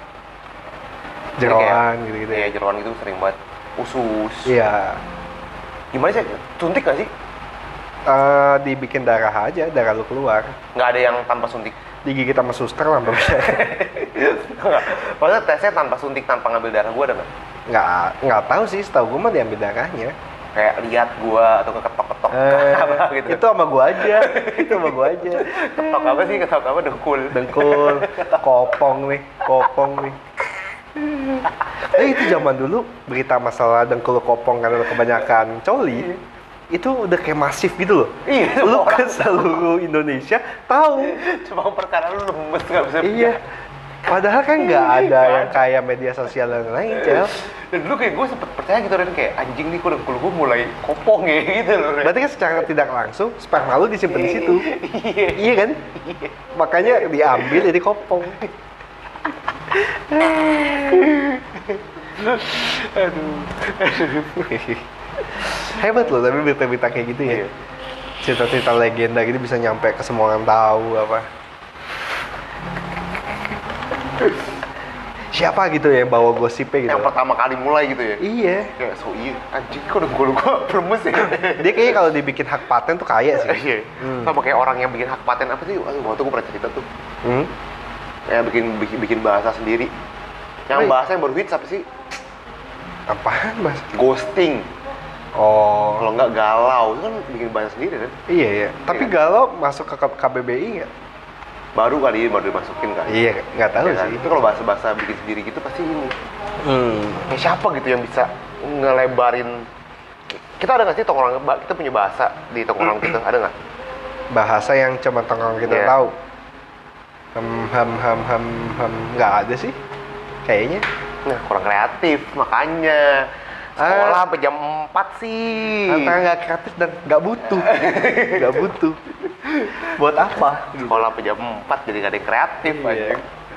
Jeroan gitu-gitu.
Iya, jeroan gitu sering banget. Usus.
Iya.
Gimana sih? Suntik nggak sih?
Eh, dibikin darah aja, darah lu keluar.
Nggak ada yang tanpa suntik.
Digigit sama suster lah, Mbak.
Nggak. Maksudnya tesnya tanpa suntik, tanpa ngambil darah gue ada nggak?
Nggak, nggak tahu sih, setahu gue mah diambil darahnya.
Kayak lihat gue atau keketok-ketok
Eh,
apa gitu.
Itu sama gua aja, itu sama gua aja.
Ketok apa sih? Ketok apa? Dengkul.
Dengkul, kopong nih, kopong nih. Eh itu zaman dulu berita masalah dengkul kopong karena kebanyakan coli itu udah kayak masif gitu loh.
Iya,
Lu
orang
ke seluruh Indonesia tahu.
cuma perkara lu lemes nggak bisa.
Iya. Padahal kan nggak ada yang kayak media sosial yang lain, Cel.
Dan dulu kayak gue sempet percaya gitu, Ren, kayak anjing nih kok dengkul gue mulai kopong ya gitu loh, Ren.
Berarti kan secara tidak langsung sperma lu disimpan di situ.
Iya.
Iya kan? Makanya diambil jadi kopong.
Aduh.
Hebat loh, tapi berita-berita kayak gitu ya.
Iya.
Cerita-cerita legenda gitu bisa nyampe ke semua orang tahu apa. Siapa gitu ya yang bawa gosipnya gitu.
Yang pertama kali mulai gitu ya.
Iya.
Kayak so iya, anjing kok dengkul gue lemes ya.
Dia kayaknya kalau dibikin hak paten tuh kaya sih.
Iya.
Hmm.
Sama kayak orang yang bikin hak paten apa sih? Aduh, waktu gue pernah cerita tuh.
Hmm?
Ya bikin bikin, bikin bahasa sendiri. Yang
Wih.
bahasa yang baru hits apa sih?
Apaan, Mas?
Ghosting.
Oh.
Kalau nggak galau, itu kan bikin bahasa sendiri kan?
Iya ya. Tapi
Iya.
galau masuk ke K B B I nggak?
Baru kali ini baru dimasukin kan?
Iya, nggak tahu
Ya kan?
sih.
Itu kalau bahasa-bahasa bikin sendiri gitu pasti ini.
Hmm.
Kayak siapa gitu yang bisa ngelebarin? Kita ada nggak sih tongkrongan? ba- Kita punya bahasa di tongkrongan kita, ada nggak?
Bahasa yang cuma tongkrong kita
Iya.
tahu. Hem hem hem hem hem nggak ada sih. Kayaknya.
Nah, kurang kreatif, makanya sekolah sampai jam empat sih.
Antara nggak kreatif dan nggak butuh. Nggak butuh. Buat apa? Gitu.
Sekolah sampai jam empat jadi nggak ada yang kreatif
Iya.
aja.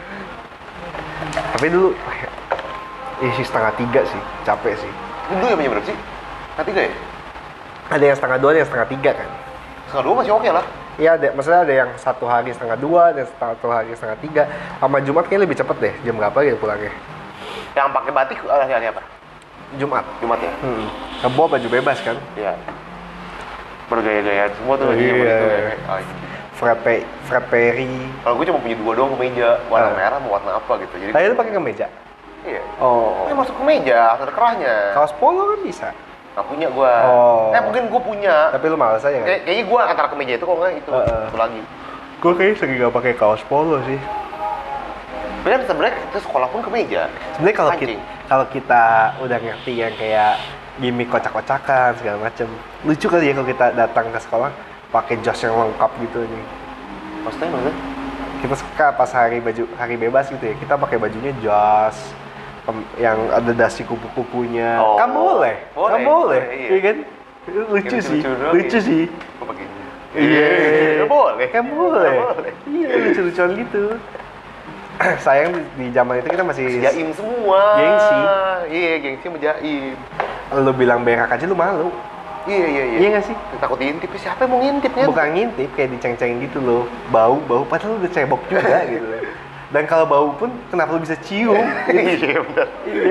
Tapi dulu isi setengah tiga sih, capek sih.
Dulu yang punya berapa sih? Setengah tiga ya?
Ada yang setengah dua, ada yang setengah tiga kan?
Setengah dua masih oke lah.
Iya, ada, maksudnya ada yang satu hari setengah dua, dan satu hari setengah tiga. Sama Jumat kayaknya lebih cepet deh, jam berapa gitu pulangnya?
Yang pakai batik hari hari apa?
Jumat.
Jumat ya?
Hmm. Kebo baju bebas kan?
Iya. Bergaya-gayaan semua tuh lagi
Iya.
zaman itu ya. Oh, iya.
Fred, Pe- Fred Perry.
Kalau gue cuma punya dua doang kemeja, warna
Ah.
merah mau warna apa gitu. Jadi
Tadi lu pakai kemeja?
iya.
Oh.
Ini masuk kemeja, harus ada kerahnya.
Kaos polo kan bisa.
Nggak punya gue.
Oh.
Eh mungkin gue punya.
Tapi lu males aja kan?
Kayak, kayaknya gue antara kemeja itu kok nggak itu.
Heeh.
Satu lagi.
Gue kayaknya sering gak pakai kaos polo sih.
Tapi kan sebenarnya itu sekolah pun kemeja.
Sebenarnya kalau kita,
Anjing.
kalau kita udah ngerti yang kayak gimmick kocak-kocakan segala macem, lucu kali ya kalau kita datang ke sekolah pakai jas yang lengkap gitu nih.
Maksudnya maksudnya?
Kita suka pas hari baju hari bebas gitu ya, kita pakai bajunya jas em, yang ada dasi kupu-kupunya.
Oh.
Kan boleh,
Boleh,
kan boleh,
boleh, iya.
iya kan? Lucu
Yang
sih,
lucu doang,
lucu
iya.
sih.
Gue pakai
Iya,
Nggak boleh.
Kan boleh.
Nggak boleh.
Iya, lucu-lucuan gitu. Sayang di, di zaman itu kita masih
Jaim semua.
Gengsi.
Iya, gengsi sama jaim.
lu bilang berak aja lu malu.
Iya, iya, iya.
Iya nggak sih?
Takut diintip, siapa yang mau ngintipnya?
Bukan ngintip, kayak diceng-cengin gitu loh. Bau, bau padahal udah cebok juga gitu. Dan kalau bau pun kenapa lu bisa cium?
Iya, benar.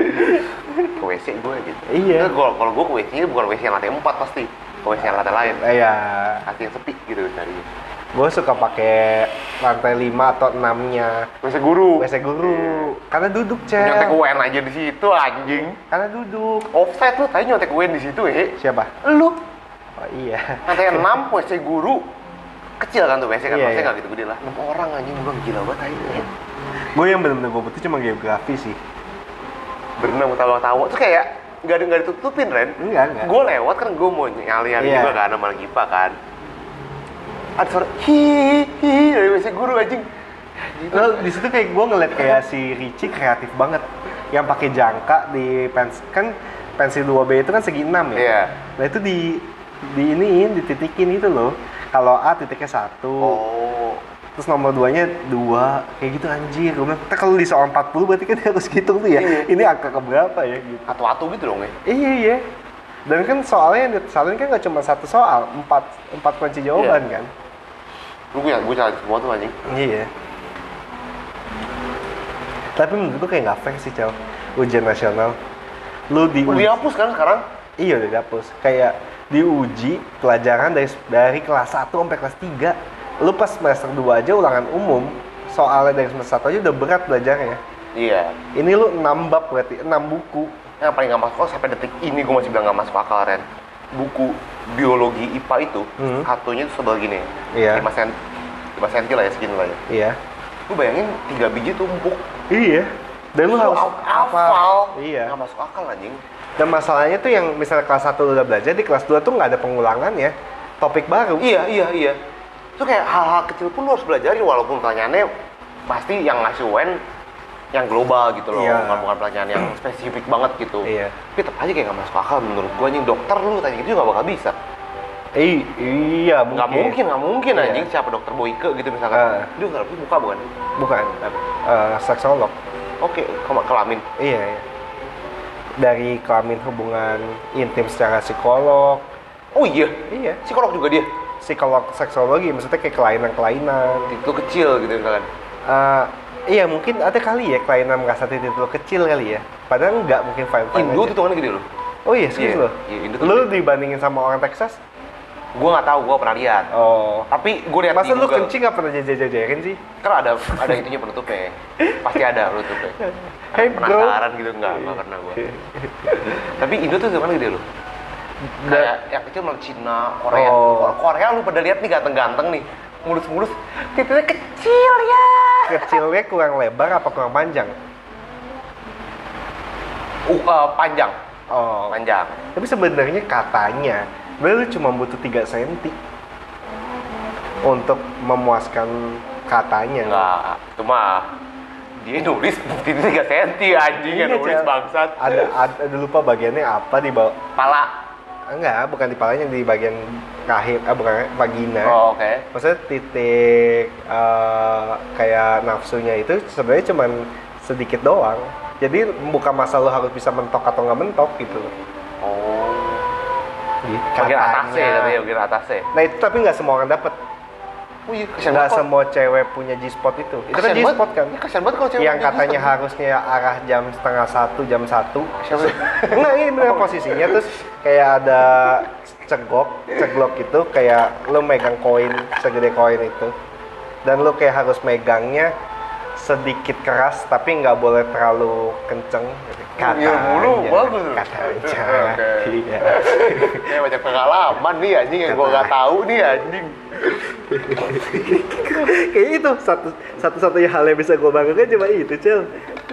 Ke W C gue gitu.
Iya.
Nah, Kalau kalau gue ke W C-nya bukan W C yang lantai empat pasti. Ke W C yang lantai lain.
Iya.
Hati yang sepi gitu cari.
Gue suka pakai lantai lima atau enam-nya.
W C guru.
W C guru. Karena duduk, Cel.
Nyontek U N aja di situ anjing.
Karena duduk.
Offset lu, tadi nyontek U N di situ ya.
Siapa?
Lu.
Oh iya.
Lantai enam W C guru. Kecil kan tuh W C kan,
Iya,
maksudnya
iya.
nggak gitu gede lah. enam orang anjing, gue bilang gila banget aja.
Gue yang bener-bener gue butuh cuma geografi sih.
Berenang tawa-tawa, terus kayak nggak ada nggak ditutupin Ren.
Enggak, enggak.
Gue lewat kan gue mau nyali-nyali
Iya.
juga kan sama lagi Gipa kan. Ada suara hi hi dari W C guru anjing.
Lo di situ kayak gue ngeliat kayak si Richie kreatif banget. Yang pakai jangka di pens kan pensil dua B itu kan segi enam ya.
Iya.
Nah itu di di iniin, dititikin itu loh. Kalau A titiknya satu,
Oh.
terus nomor duanya dua, kayak gitu anjir. Gue bilang, kalau di soal empat puluh berarti kan harus hitung tuh ya.
Iya.
Ini angka keberapa ya gitu.
Atu-atu gitu dong ya.
Iya iya. Dan kan soalnya yang disalin kan nggak cuma satu soal, empat empat kunci jawaban
Iya.
kan.
Lu gue gue cari semua tuh anjing.
Iya. Tapi menurut gue kayak nggak fair sih, Cal. Ujian nasional. Lu di
Udah dihapus kan sekarang?
Iya udah dihapus. Kayak diuji pelajaran dari dari kelas satu sampai kelas tiga. Lu pas semester dua aja ulangan umum, soalnya dari semester satu aja udah berat belajarnya.
Iya.
Ini lu enam bab berarti, enam buku.
Yang paling nggak masuk akal sampai detik ini gue masih bilang nggak masuk akal, Ren. Buku biologi I P A itu
Hmm.
satunya tuh sebel gini.
Iya.
lima senti, lima senti lah ya, segini lah ya.
Iya.
Lu bayangin tiga biji tumpuk.
Iya. Dan lu
Lu
harus
hafal.
Iya.
Nggak masuk akal anjing.
Dan masalahnya tuh yang misalnya kelas satu lu udah belajar, di kelas dua tuh nggak ada pengulangan ya. Topik baru.
Iya, iya, iya. Itu kayak hal-hal kecil pun lu harus belajarin walaupun pertanyaannya pasti yang ngasih U N yang global gitu loh,
Iya.
bukan bukan pertanyaan yang spesifik banget gitu.
Iya.
Tapi tetap aja kayak nggak masuk akal menurut gua anjing. Dokter lu tanya gitu juga nggak bakal bisa.
I- iya mungkin.
Nggak mungkin, nggak mungkin
Iya.
anjing. Siapa dokter Boyke gitu misalkan.
Ah.
Dia nggak lebih muka bukan?
Bukan. Eh, seksolog.
Oke, kem- kelamin.
Iya, iya. Dari kelamin hubungan intim secara psikolog.
Oh iya,
Iya.
psikolog juga dia.
Psikolog seksologi, maksudnya kayak kelainan-kelainan.
Itu kecil gitu misalkan.
Eh, iya mungkin ada kali ya kelainan merasa titik lu kecil kali ya. Padahal enggak, mungkin fine-fine
Indo
aja.
tuh kan gede loh.
Oh iya, serius
Iya,
lo?
iya, Indo tuh
Lu
gede.
dibandingin sama orang Texas?
Gua nggak tahu, gua pernah lihat.
Oh.
Tapi gue lihat
Masa
di
lu
Google.
kencing gak pernah jajar-jajarin sih?
Kan ada ada itunya penutupnya. Pasti ada penutupnya.
Hey, bro.
Penasaran gitu enggak, enggak pernah gua. Tapi Indo tuh mana gede loh. Kayak yang kecil malah Cina, Korea.
Oh.
Korea lu pada lihat nih ganteng-ganteng nih. Mulus-mulus, titiknya kecil ya.
Kecilnya kurang lebar apa kurang panjang?
Uh, uh, panjang,
Oh.
panjang.
Tapi sebenarnya katanya, sebenarnya lu cuma butuh tiga senti untuk memuaskan katanya.
Enggak, itu mah dia nulis bukti tiga senti anjing yang
Iya,
nulis
Cel.
bangsat.
Ada, ada, ada lupa bagiannya apa di bawah.
Pala.
Enggak, bukan di palanya, di bagian rahim, ah bukan vagina.
Oh, oke.
Maksudnya titik eh, kayak nafsunya itu sebenarnya cuma sedikit doang. Jadi bukan masalah lu harus bisa mentok atau nggak mentok gitu.
Oh.
Gitu,
Bagian
katanya.
atasnya tapi ya, bagian atasnya.
Nah itu tapi nggak semua orang dapat.
Oh iya, kasihan
Nggak
banget.
semua cewek punya G-spot itu. Itu kan
Kasihan
G-spot
banget.
kan.
Iya, kasihan banget kalau cewek
Yang
punya
katanya
G-spot.
harusnya arah jam setengah satu, jam satu.
Siapa?
Enggak, ini bener posisinya terus kayak ada cegok, ceglok itu kayak lu megang koin segede koin itu. Dan lu kayak harus megangnya sedikit keras tapi nggak boleh terlalu kenceng.
Iya, mulu, bagus.
Katanya.
Oke.
Iya.
Kayak banyak pengalaman nih anjing yang gua nggak tahu nih anjing.
Kayak itu satu satu-satunya hal yang bisa gue banggakan cuma itu, Cel.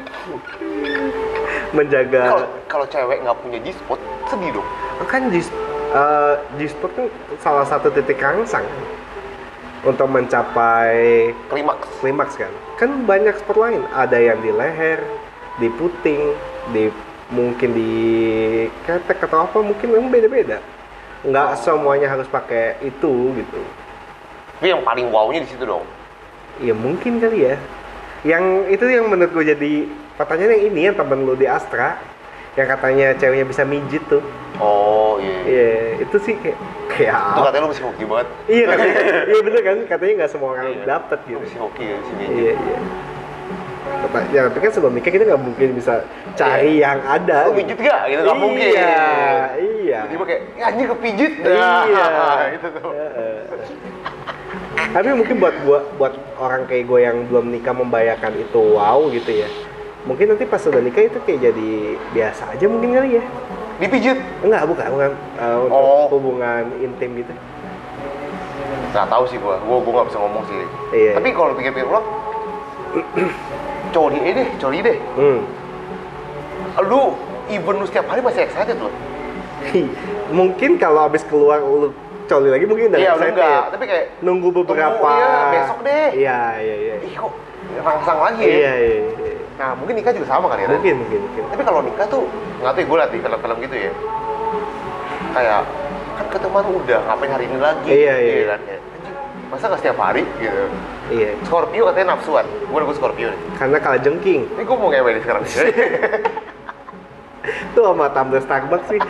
Menjaga
Kalau kalau cewek nggak punya G-spot, sedih dong.
kan G, uh, G-spot kan salah satu titik rangsang untuk mencapai
Klimaks.
klimaks kan. Kan banyak spot lain, ada yang di leher, di puting, di mungkin di ketek atau apa, mungkin memang beda-beda. Nggak semuanya harus pakai itu gitu.
Tapi yang paling wow-nya di situ dong.
Ya mungkin kali ya. Yang itu yang menurut gue jadi pertanyaan yang ini yang temen lu di Astra yang katanya ceweknya bisa mijit tuh.
Oh iya.
Iya, itu sih kayak kayak
Itu
apa?
katanya lu mesti hoki banget.
Iya katanya, iya bener kan? Katanya nggak semua orang
Iya.
dapet
Lu
gitu.
mesti hoki ya di sini.
Iya iya. Kata- Ya, tapi kan sebelum nikah kita nggak mungkin bisa cari yang ada.
Lu mijit gak? Gitu nggak mungkin.
Iya, iya.
Tiba-tiba kayak, ya anjing kepijit.
Iya.
Nah, itu tuh.
Heeh. Tapi mungkin buat gua, buat orang kayak gue yang belum nikah membayangkan itu wow gitu ya. Mungkin nanti pas sudah nikah itu kayak jadi biasa aja mungkin kali ya.
Dipijit.
Enggak, bukan, bukan uh, untuk
Oh.
hubungan intim gitu.
Nggak tahu sih gua. Gua gua nggak bisa ngomong sih.
Iya.
Tapi kalau pikir-pikir ulang, coli eh deh, coli deh.
Hmm.
Lu even lu setiap hari masih excited loh.
Mungkin kalau abis keluar lu coli lagi mungkin udah
Iya, udah
excited.
enggak. Tapi kayak
Nunggu beberapa.
tunggu, iya, besok deh.
Iya, iya, iya.
Ih kok rangsang lagi ya?
Iya, iya, iya.
Nah mungkin nikah juga sama kali ya? Ren?
Mungkin, mungkin, mungkin.
Tapi kalau nikah tuh nggak tahu ya, gue liat di film-film gitu ya. Kayak kan ketemuan udah ngapain hari ini lagi?
Iya, iya.
kan? Kayak, anjing, masa nggak setiap hari gitu?
Iya.
Scorpio katanya nafsuan. Gue gue Scorpio nih.
Karena kalah jengking.
Ini gue mau ngewe nih sekarang.
Tuh sama tumbler Starbucks sih.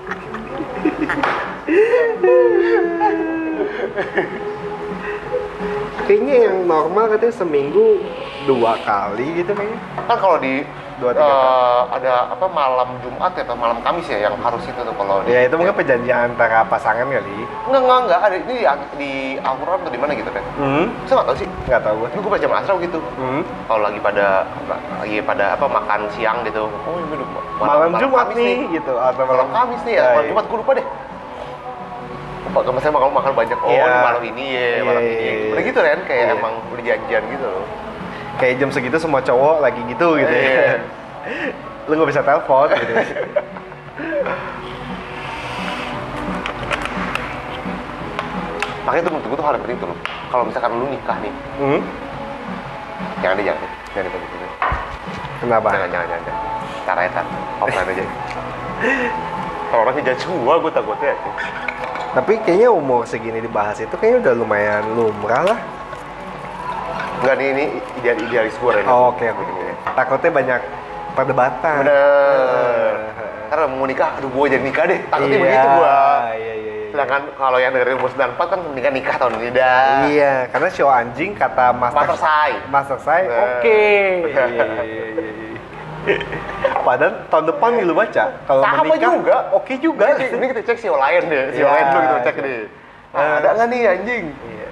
Kayaknya yang normal katanya seminggu dua kali gitu kayaknya.
Kan kalau di
Dua, tiga
uh, ada apa malam Jumat ya atau malam Kamis ya yang harus itu tuh kalau di,
Ya itu mungkin perjanjian antara pasangan kali.
enggak enggak enggak ada ini di, di Al-Quran atau di mana gitu kan?
Hmm?
Saya nggak tahu sih.
Nggak tahu gue.
Ini gue baca Masrau gitu.
Hmm?
Kalau lagi pada lagi pada apa makan siang gitu. Oh ini udah
Malam, Jumat
Kamis
nih, gitu atau
Malam Kamis nih ya.
Ya,
Malam
iya.
Jumat gue lupa deh. Lupa kalau saya makan makan banyak. Oh
Iya.
ini malam ini ya,
Iya,
malam
iya,
ini.
iya.
Udah gitu kan kayak
Iya.
emang udah janjian gitu loh.
Kayak jam segitu semua cowok lagi gitu gitu
Iya.
ya. Lu nggak bisa telepon gitu.
Makanya tuh menurut gue tuh hal yang penting tuh loh. Kalau misalkan lu nikah nih,
Hmm?
jangan deh jangan deh. Jangan deh jangan.
Kenapa?
Jangan jangan jangan. jangan. Tar aja tar. Offline aja. Kalau orangnya jangan semua gue takutnya.
Tapi kayaknya umur segini dibahas itu kayaknya udah lumayan lumrah lah.
Enggak nih ini ideal idealis gue Ren.
Oh, oke oke. Takutnya banyak perdebatan.
Bener. Karena mau nikah, aduh gue jadi nikah deh. Takutnya
Iya,
begitu gua.
Iya iya iya.
Sedangkan kalau yang dengerin umur sembilan puluh empat kan mendingan nikah tahun ini dah.
Iya, karena show anjing kata Master
Master Sai.
Master Sai,
Nah.
oke. Iya, iya, iya, iya. Padahal tahun depan nih lu baca kalau
Sama
menikah,
juga.
oke juga.
Ini, ini kita cek si lain deh. Si
Iya,
lain dulu kita cek
iya.
deh. Nah, ada nggak nih anjing?
Iya.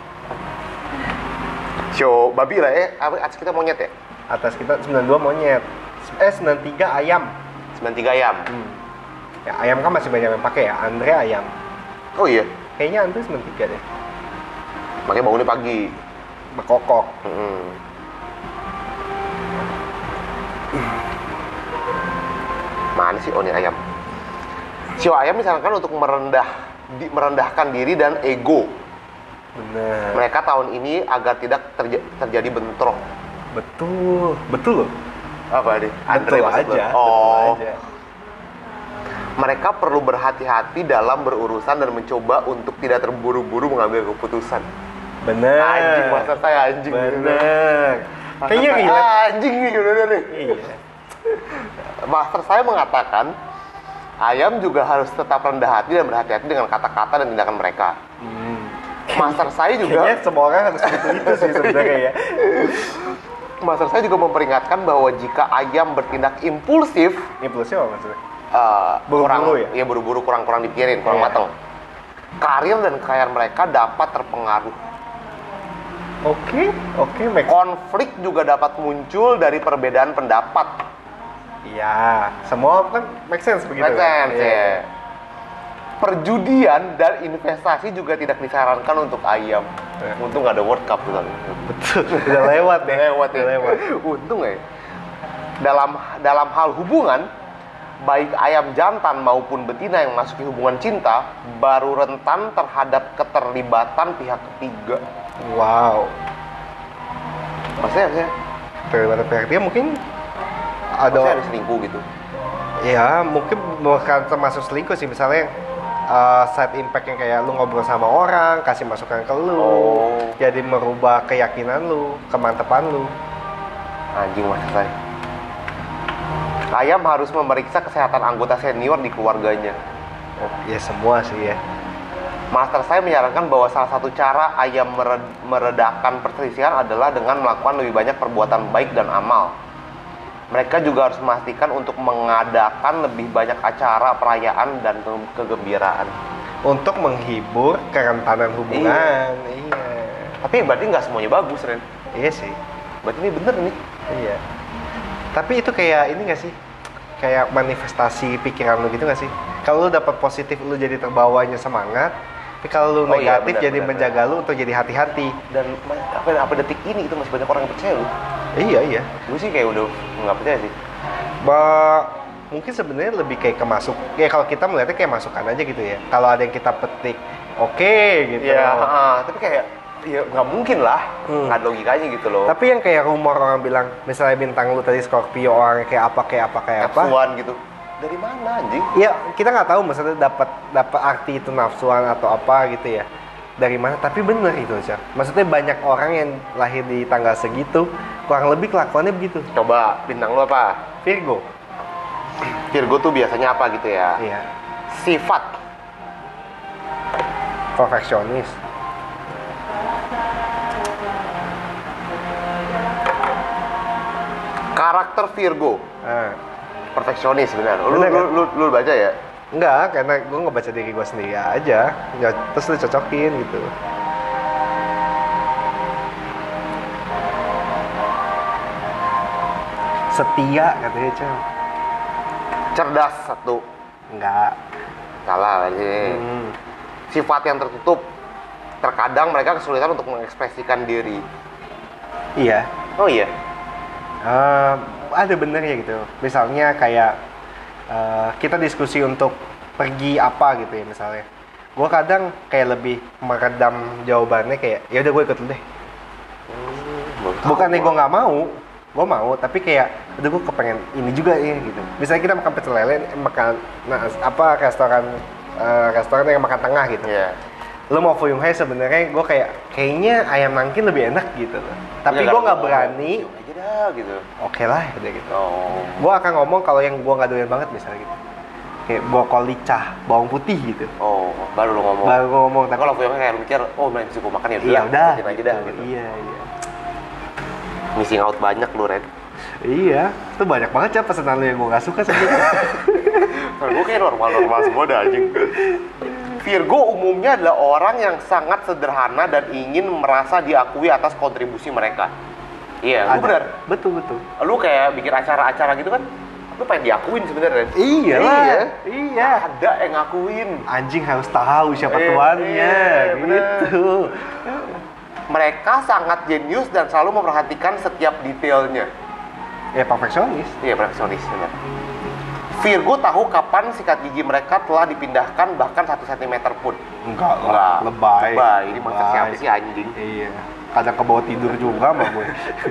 Show babi lah eh. Apa atas kita monyet ya?
Atas kita sembilan puluh dua monyet. Eh sembilan puluh tiga ayam.
sembilan puluh tiga ayam.
Hmm. Ya, ayam kan masih banyak yang pakai ya. Andre ayam.
Oh iya.
Kayaknya Andre sembilan puluh tiga deh.
Makanya bangunnya pagi.
Berkokok.
Hmm. Mana sih oh ini ayam? Sio ayam misalkan untuk merendah di, merendahkan diri dan ego.
Benar.
Mereka tahun ini agar tidak terja, terjadi bentrok.
Betul. Betul loh.
Apa nih?
Betul
maksud
aja.
lo? Oh.
Betul aja.
Mereka perlu berhati-hati dalam berurusan dan mencoba untuk tidak terburu-buru mengambil keputusan.
Benar.
Anjing, master saya anjing.
Benar.
Master
Kayaknya
saya-
gila.
Anjing nih, bener nih.
Iya.
Master saya mengatakan, ayam juga harus tetap rendah hati dan berhati-hati dengan kata-kata dan tindakan mereka.
Hmm.
Master saya juga,
Kayaknya semua orang harus seperti itu sih sebenarnya ya.
master saya juga memperingatkan bahwa jika ayam bertindak impulsif,
Impulsif apa maksudnya?
uh,
Buru-buru
kurang,
ya?
buru-buru kurang-kurang dipikirin, kurang
Iya.
mateng. Karir dan kekayaan mereka dapat terpengaruh.
Oke, oke, make
Konflik juga dapat muncul dari perbedaan pendapat.
Iya, semua kan make sense begitu.
Make
kan?
sense, ya. Perjudian dan investasi juga tidak disarankan untuk ayam.
Ya.
Untung nggak ada World Cup tuh tadi.
Betul, udah lewat
Udah
ya.
lewat ya.
Udah lewat.
Untung ya. Dalam dalam hal hubungan, baik ayam jantan maupun betina yang memasuki hubungan cinta baru rentan terhadap keterlibatan pihak ketiga.
Wow.
Maksudnya, maksudnya,
Terlibat pihak dia mungkin ada,
maksudnya ada selingkuh gitu.
ya mungkin bukan termasuk selingkuh sih, misalnya uh, side impact yang kayak lu ngobrol sama orang, kasih masukan ke lu,
Oh.
jadi merubah keyakinan lu, kemantapan lu.
Anjing maksud saya. Ayam harus memeriksa kesehatan anggota senior di keluarganya.
Oh, ya semua sih ya.
Master saya menyarankan bahwa salah satu cara ayam mered- meredakan perselisihan adalah dengan melakukan lebih banyak perbuatan baik dan amal. Mereka juga harus memastikan untuk mengadakan lebih banyak acara, perayaan, dan ke- kegembiraan.
Untuk menghibur kerentanan hubungan. Iya.
Tapi berarti nggak semuanya bagus, Ren.
Iya sih.
Berarti ini bener nih.
Iya. Tapi itu kayak ini nggak sih? Kayak manifestasi pikiran lu gitu nggak sih? Kalau lu dapat positif, lu jadi terbawanya semangat. Tapi kalau lu
Oh iya,
negatif,
benar,
jadi
benar,
menjaga lu untuk jadi hati-hati.
Dan ma- apa, apa detik ini itu masih banyak orang yang percaya lu.
Iya iya.
Gue sih kayak udah nggak percaya sih.
Ba mungkin sebenarnya lebih kayak kemasuk. Ya kalau kita melihatnya kayak masukan aja gitu ya. Kalau ada yang kita petik, oke gitu.
Iya, ha, tapi kayak ya nggak mungkin lah,
Hmm.
nggak ada logikanya gitu loh.
Tapi yang kayak rumor orang bilang, misalnya bintang lu tadi Scorpio, orang kayak apa kayak apa kayak apa.
Nafsuan gitu. Dari mana anjing?
Iya, kita nggak tahu maksudnya dapat dapat arti itu nafsuan atau apa gitu ya. dari mana, tapi bener itu Cak. Maksudnya banyak orang yang lahir di tanggal segitu kurang lebih kelakuannya begitu.
Coba bintang lu apa?
Virgo.
Virgo tuh biasanya apa gitu ya?
Iya.
Sifat.
Perfeksionis.
Karakter Virgo.
Nah,
Perfeksionis benar. Lu,
Bener,
lu,
kan?
lu, lu baca ya?
enggak, karena gue ngebaca diri gue sendiri aja. Nggak, terus lu cocokin gitu. Setia katanya Cak.
Cerdas satu.
Enggak.
Salah lagi.
Hmm.
Sifat yang tertutup. Terkadang mereka kesulitan untuk mengekspresikan diri.
Iya.
Oh iya.
Eh, ada benernya gitu. Misalnya kayak eh, kita diskusi untuk pergi apa gitu ya misalnya. Gue kadang kayak lebih meredam jawabannya kayak ya udah gue ikut lu deh. Bukannya gue nggak mau, gue mau, tapi kayak udah gue kepengen ini juga ya gitu. Misalnya kita makan pecel lele, makan nah, apa restoran eh, restoran yang makan tengah gitu.
Iya.
Lo mau Fuyung Hai sebenarnya gue kayak kayaknya ayam nangkin lebih enak gitu loh. Tapi gue nggak berani.
Aja dah gitu.
Oke lah udah gitu.
Oh.
Gue akan ngomong kalau yang gue nggak doyan banget misalnya gitu. Kayak brokoli cah, bawang putih gitu.
Oh, baru lu ngomong.
Baru gua ngomong
Tapi
tapi
kalau Fuyung kayak lu mikir, oh main gue makan ya
iya udah.
lanjutin aja dah gitu.
Iya iya.
Missing out banyak lu, Ren.
Iya, itu banyak banget ya pesanan lu yang gue gak suka sebenarnya.
Kalau gue kayak normal-normal semua dah anjing. Virgo umumnya adalah orang yang sangat sederhana dan ingin merasa diakui atas kontribusi mereka. Iya, lu
Ada.
benar.
Betul betul.
Lu kayak bikin acara-acara gitu kan, lu pengen diakuin sebenarnya. Ren.
Iya lah.
Iya.
Iya.
Ada yang ngakuin.
Anjing harus tahu siapa
Eh,
tuannya,
eh, bener.
gitu.
Mereka sangat jenius dan selalu memperhatikan setiap detailnya.
Ya perfeksionis.
Iya, perfeksionis benar. Virgo tahu kapan sikat gigi mereka telah dipindahkan bahkan satu sentimeter pun.
Enggak
Enggak.
lah, lebay.
Lebay. Ini maksud
Lebay.
siapa sih anjing?
Iya. Kadang ke bawah tidur juga sama gue.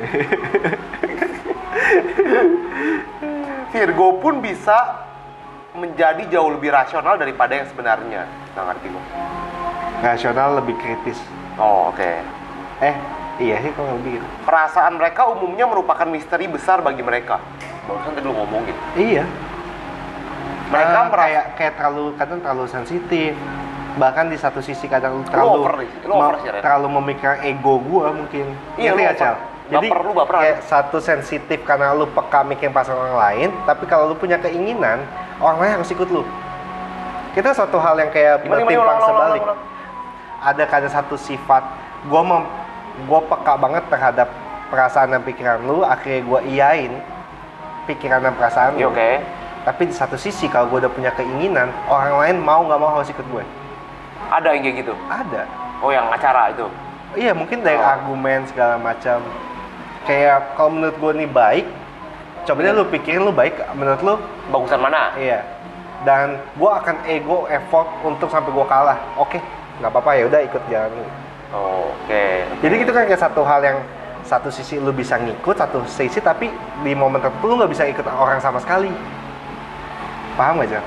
Virgo pun bisa menjadi jauh lebih rasional daripada yang sebenarnya. Nggak ngerti gue.
Rasional lebih kritis.
Oh, oke.
Eh, iya sih kalau lebih gitu.
Perasaan mereka umumnya merupakan misteri besar bagi mereka. Barusan tadi lu ngomongin.
Iya.
Mereka
Ah,
merasa
kayak kayak terlalu kadang terlalu sensitif. Bahkan di satu sisi kadang terlalu
over nih, lu over sih, Ren.
terlalu memikirkan ego gua mungkin.
Iya,
Ngerti
lu
nggak,
over.
Cal? Jadi
Baper, lu baperan.
kayak satu sensitif karena lu peka mikirin pasangan orang lain, tapi kalau lu punya keinginan, orang lain harus ikut lu. Kita suatu hal yang kayak
Gimana, gimana,
bertimpang
ulang, ulang,
sebalik.
ulang, ulang.
Ada kadang satu sifat, gua mem, gua peka banget terhadap perasaan dan pikiran lu, akhirnya gua iyain pikiran dan perasaan
Iya,
lu.
oke.
Tapi di satu sisi kalau gue udah punya keinginan, orang lain mau nggak mau harus ikut gue.
Ada yang kayak gitu.
Ada.
Oh, yang acara itu.
Iya mungkin dari
Oh.
argumen segala macam. Kayak kalau menurut gue nih baik, coba deh lu pikirin lu baik menurut lu.
Bagusan mana?
Iya. Dan gue akan ego effort untuk sampai gue kalah. Oke, nggak apa-apa ya udah ikut jalan lu.
Oh, oke.
Jadi gitu kan kayak satu hal yang satu sisi lu bisa ngikut, satu sisi tapi di momen tertentu lu nggak bisa ikut orang sama sekali. Paham gak, Jan?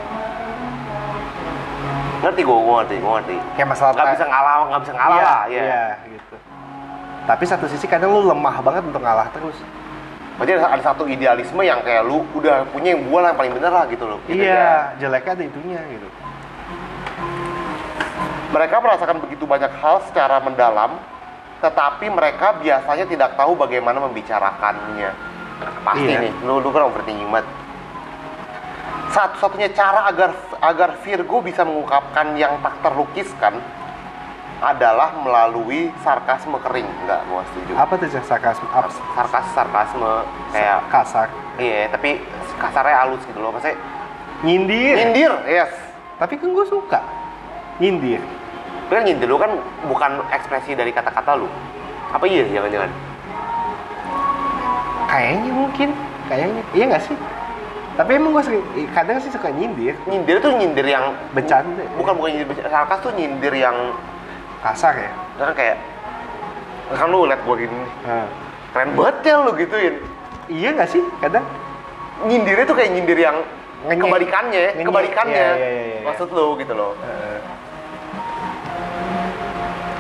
Ngerti gue, gue ngerti, gue ngerti.
Kayak masalah
Nggak bisa ngalah, nggak bisa ngalah
iya,
lah, iya.
iya, gitu. Tapi satu sisi kadang lu lemah banget untuk ngalah terus.
Berarti ada, ada satu idealisme yang kayak lu udah punya yang gua lah yang paling bener lah gitu loh. Gitu
Iya,
ya.
jeleknya ada itunya gitu.
Mereka merasakan begitu banyak hal secara mendalam, tetapi mereka biasanya tidak tahu bagaimana membicarakannya. Pasti
Iya.
nih, lu lu kan overthinking banget. Satu-satunya cara agar agar Virgo bisa mengungkapkan yang tak terlukiskan adalah melalui sarkasme kering. Enggak, gua setuju.
Apa tuh Jan? Sarkasme? Apa?
Sarkas sarkasme kayak
Kasar.
iya, tapi kasarnya halus gitu loh. Maksudnya
Nyindir.
nyindir, yes.
Tapi kan gue suka nyindir.
Tapi kan nyindir lu kan bukan ekspresi dari kata-kata lu. Apa iya jangan-jangan?
Kayaknya mungkin, kayaknya. Iya nggak sih? Tapi emang gue sering, kadang sih suka nyindir.
Nyindir tuh nyindir yang
Bercanda.
bukan bukan nyindir bercanda. Sarkas tuh nyindir yang
Kasar ya?
kan kayak kan lu liat gua gini nih.
Nah.
Keren banget ya lu gituin.
Iya nggak sih? Kadang
Nyindirnya tuh kayak nyindir yang
Ngenyek.
kebalikannya,
Ngenyek.
kebalikannya.
Iya, iya, iya, iya.
Maksud lu gitu loh.
eh,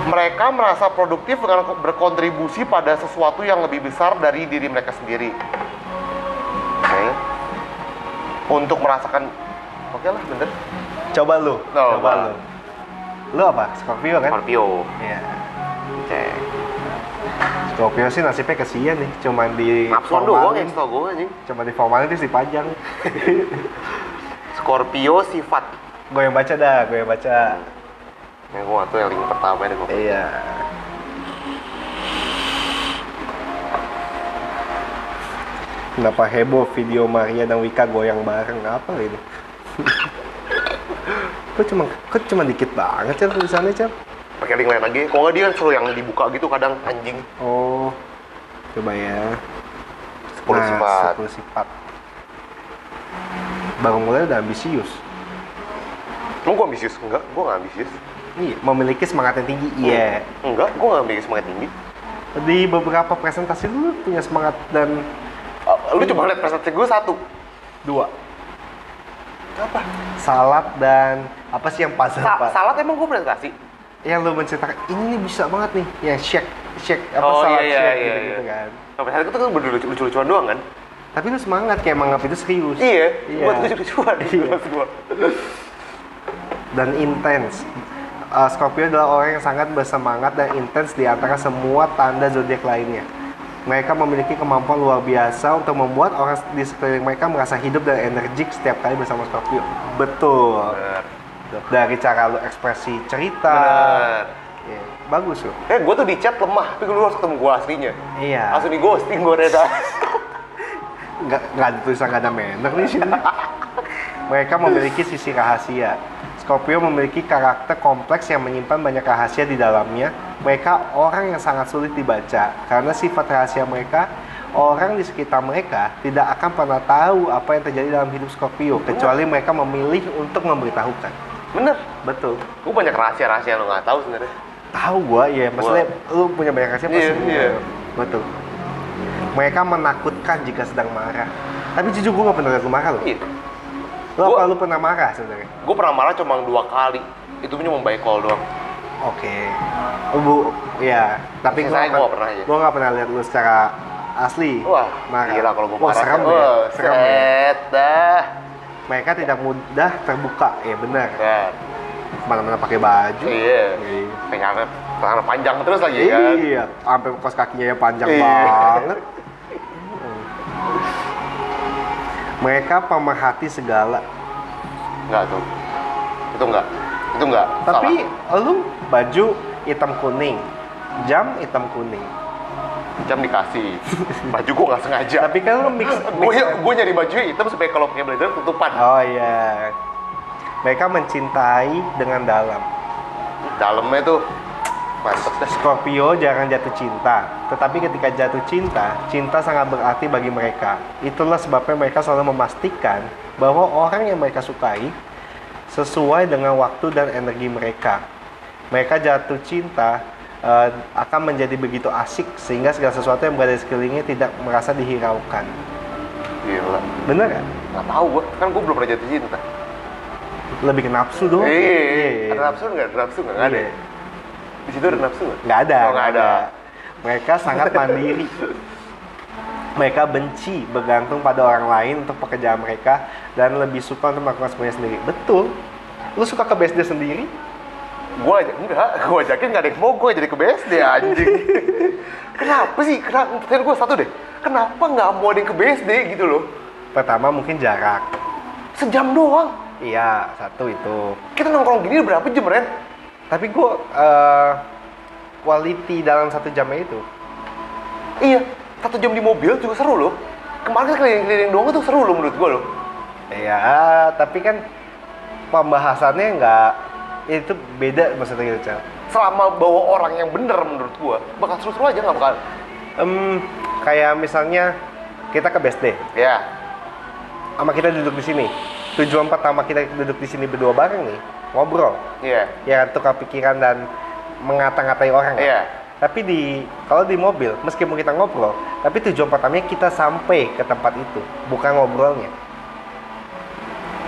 Mereka merasa produktif dengan berkontribusi pada sesuatu yang lebih besar dari diri mereka sendiri. Oke. Untuk merasakan, oke lah, bener.
Coba lu,
Oh,
coba
Bang.
lu. Lu apa? Scorpio kan?
Scorpio.
Iya.
Oke.
Scorpio sih nasibnya kesian nih, cuman di
Nafsuan doang yang tau gue anjing.
cuma di formalin terus dipajang.
Scorpio sifat.
Gue yang baca dah, gue yang baca.
Yang gue tuh yang link pertama ini gue.
Iya. Kenapa heboh video Maria dan Wika goyang bareng? Apa ini? Kok cuma, kok cuma dikit banget Cel tulisannya Cel?
Pakai link lain lagi. Kalau nggak dia kan selalu yang dibuka gitu kadang anjing.
Oh, coba ya.
sepuluh sifat.
sepuluh sifat. Baru mulai udah ambisius.
Emang gue ambisius? Enggak, gue nggak ambisius.
Iya, memiliki semangat yang tinggi. Iya.
Enggak, gue nggak memiliki semangat tinggi.
Di beberapa presentasi lu punya semangat dan
Uh, lu cuma lihat presentasi gue satu.
dua.
Apa?
Salat dan apa sih yang puzzle
Sa
Pak?
salat emang gue presentasi?
Yang lu menceritakan ini nih bisa banget nih, yang shake shake apa
Oh,
salat
iya, iya,
shake
iya,
gitu,
iya.
kan.
Nah, presentasi itu kan bener lucu-lucuan doang kan?
Tapi lu semangat kayak menganggap itu serius.
Iya,
Iya.
buat lucu-lucuan
Iya.
maksud gue.
Dan intens. Uh, Scorpio adalah orang yang sangat bersemangat dan intens di antara semua tanda zodiak lainnya. Mereka memiliki kemampuan luar biasa untuk membuat orang di sekeliling mereka merasa hidup dan energik setiap kali bersama Scorpio. Betul.
Bener.
Dari cara lu ekspresi cerita.
Bener.
Iya, bagus loh.
Eh, gue tuh di chat lemah, tapi lu harus ketemu gue aslinya.
Iya.
Langsung di ghosting gue Reda.
Nggak, nggak ada tulisan nggak ada manner di sini. Mereka memiliki sisi rahasia. Scorpio memiliki karakter kompleks yang menyimpan banyak rahasia di dalamnya. Mereka orang yang sangat sulit dibaca karena sifat rahasia mereka. Orang di sekitar mereka tidak akan pernah tahu apa yang terjadi dalam hidup Scorpio kecuali mereka memilih untuk memberitahukan.
Bener.
Betul.
Gue banyak rahasia-rahasia yang lo nggak tahu sebenarnya.
Tahu gua, ya maksudnya lu punya banyak rahasia pasti.
Iya, iya.
Betul. Mereka menakutkan jika sedang marah. Tapi jujur gua nggak pernah lihat lu marah loh.
Iya.
Lo
Gua-
apa lu pernah marah sebenarnya?
Gue pernah marah cuma dua kali. Itu pun cuma by call doang.
Oke. Oh, Bu, ya. Tapi gua
Sisanya
nggak
gua pernah aja.
Gua nggak pernah lihat lu secara asli.
Wah,
marah.
gila kalau gue
Wah,
marah.
serem
Wah,
ya. Serem ya.
set dah.
Mereka tidak mudah terbuka. Ya benar.
Set.
Mana-mana pakai baju.
Iya.
Iya.
Pengen tangan panjang terus lagi kan.
Iya, sampai kos kakinya yang panjang
Iya.
banget. Mereka pemerhati segala.
Enggak tuh. Itu enggak. Itu enggak.
Tapi lu baju hitam kuning, jam hitam kuning.
jam dikasih. Baju gue nggak sengaja.
Tapi kan lu mix,
Gue
mix
gue nyari baju hitam supaya kalau pakai blazer tutupan.
Oh iya. Mereka mencintai dengan dalam.
Dalamnya tuh mantep dah.
Scorpio jarang jatuh cinta, tetapi ketika jatuh cinta, cinta sangat berarti bagi mereka. Itulah sebabnya mereka selalu memastikan bahwa orang yang mereka sukai sesuai dengan waktu dan energi mereka. Mereka jatuh cinta uh, akan menjadi begitu asik sehingga segala sesuatu yang berada di sekelilingnya tidak merasa dihiraukan.
Gila.
Bener kan?
Nggak tahu gue. Kan gue belum pernah jatuh cinta.
Lebih ke nafsu doang.
Iya. Ada nafsu nggak? Ada nafsu nggak? Nggak ada.
Iya.
Di situ ada nafsu nggak?
Nggak ada.
Oh, nggak ada.
Mereka sangat mandiri. Mereka benci bergantung pada orang lain untuk pekerjaan mereka dan lebih suka untuk melakukan semuanya sendiri. Betul. Lu suka ke B S D sendiri?
Gue aja enggak. Gue ajakin nggak ada yang mau gue jadi ke B S D anjing. Kenapa sih? Kenapa? Pertanyaan gue satu deh. Kenapa nggak mau ada yang ke B S D gitu loh?
Pertama mungkin jarak.
Sejam doang.
Iya, satu itu.
Kita nongkrong gini berapa jam, Ren?
Tapi gue uh, quality dalam satu jamnya itu.
Iya, satu jam di mobil juga seru loh. Kemarin kita keliling-keliling doang itu seru loh menurut gue loh.
Iya, tapi kan pembahasannya nggak itu beda maksudnya gitu, Cel.
Selama bawa orang yang bener menurut gue, bakal seru-seru aja nggak bakal.
Um, kayak misalnya kita ke B S D,
Ya,
sama kita duduk di sini. Tujuan pertama kita duduk di sini berdua bareng nih, ngobrol.
iya,
Ya tukar pikiran dan mengata-ngatai orang. kan?
iya.
Tapi di kalau di mobil, meskipun kita ngobrol, tapi tujuan pertamanya kita sampai ke tempat itu, bukan ngobrolnya.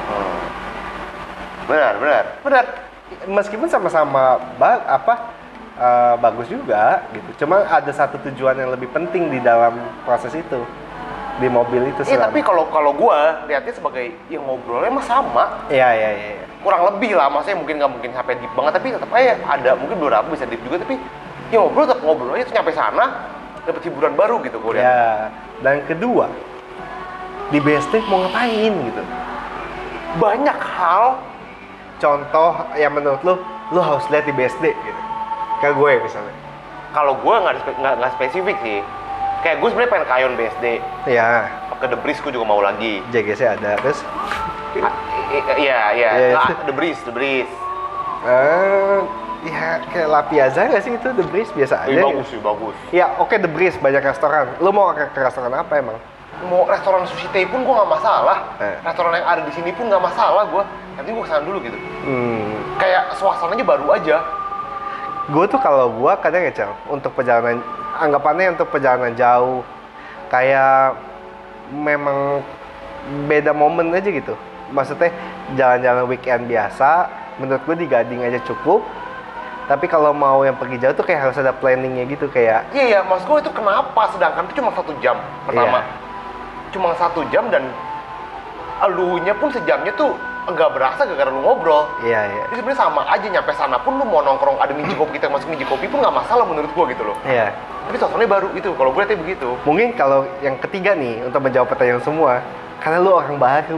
Benar, benar, benar.
Meskipun sama-sama ba- apa uh, bagus juga gitu. Cuma ada satu tujuan yang lebih penting di dalam proses itu di mobil itu.
Iya, tapi kalau kalau gue lihatnya sebagai yang ngobrolnya mah sama.
Iya iya iya.
Kurang lebih lah, maksudnya mungkin nggak mungkin sampai deep banget, tapi tetap aja ada mungkin beberapa bisa deep juga, tapi ya ngobrol tetap ngobrol aja tuh nyampe sana dapat hiburan baru gitu gue lihat.
Ya, dan kedua di B S D mau ngapain gitu?
Banyak hal.
Contoh yang menurut lu, lu harus lihat di B S D gitu. Kayak gue misalnya.
Kalau gue nggak nggak nggak spesifik sih. Kayak gue sebenarnya pengen kayon B S D.
Iya.
Ke The Breeze gue juga mau lagi.
J G C ada terus.
Iya iya.
Iya,
Ah,
itu.
The Breeze, The Breeze.
Eh, ya kayak La Piazza nggak sih itu The Breeze biasa aja.
Iya,
gitu.
bagus sih, bagus.
Ya oke The Breeze banyak restoran. Lu mau ke, ke restoran apa emang?
Mau restoran sushi tei pun gue nggak masalah.
Eh.
Restoran yang ada di sini pun nggak masalah gue. Nanti gue kesana dulu gitu.
Hmm.
Kayak suasananya baru aja.
Gue tuh kalau gue kadang ya Cel, untuk perjalanan anggapannya untuk perjalanan jauh kayak memang beda momen aja gitu. Maksudnya jalan-jalan weekend biasa menurut gue di Gading aja cukup. Tapi kalau mau yang pergi jauh tuh kayak harus ada planningnya gitu kayak.
Iya iya, mas gue itu kenapa? Sedangkan itu cuma satu jam pertama.
Iya.
Cuma satu jam dan elunya pun sejamnya tuh enggak berasa gara-gara lu ngobrol.
Iya iya.
Jadi sebenarnya sama aja, nyampe sana pun lu mau nongkrong ada miji kopi, kita masuk miji kopi pun nggak masalah menurut gua gitu loh.
Iya.
Tapi suasananya baru gitu, kalau gue lihatnya begitu.
Mungkin kalau yang ketiga nih untuk menjawab pertanyaan semua, karena lu orang baru.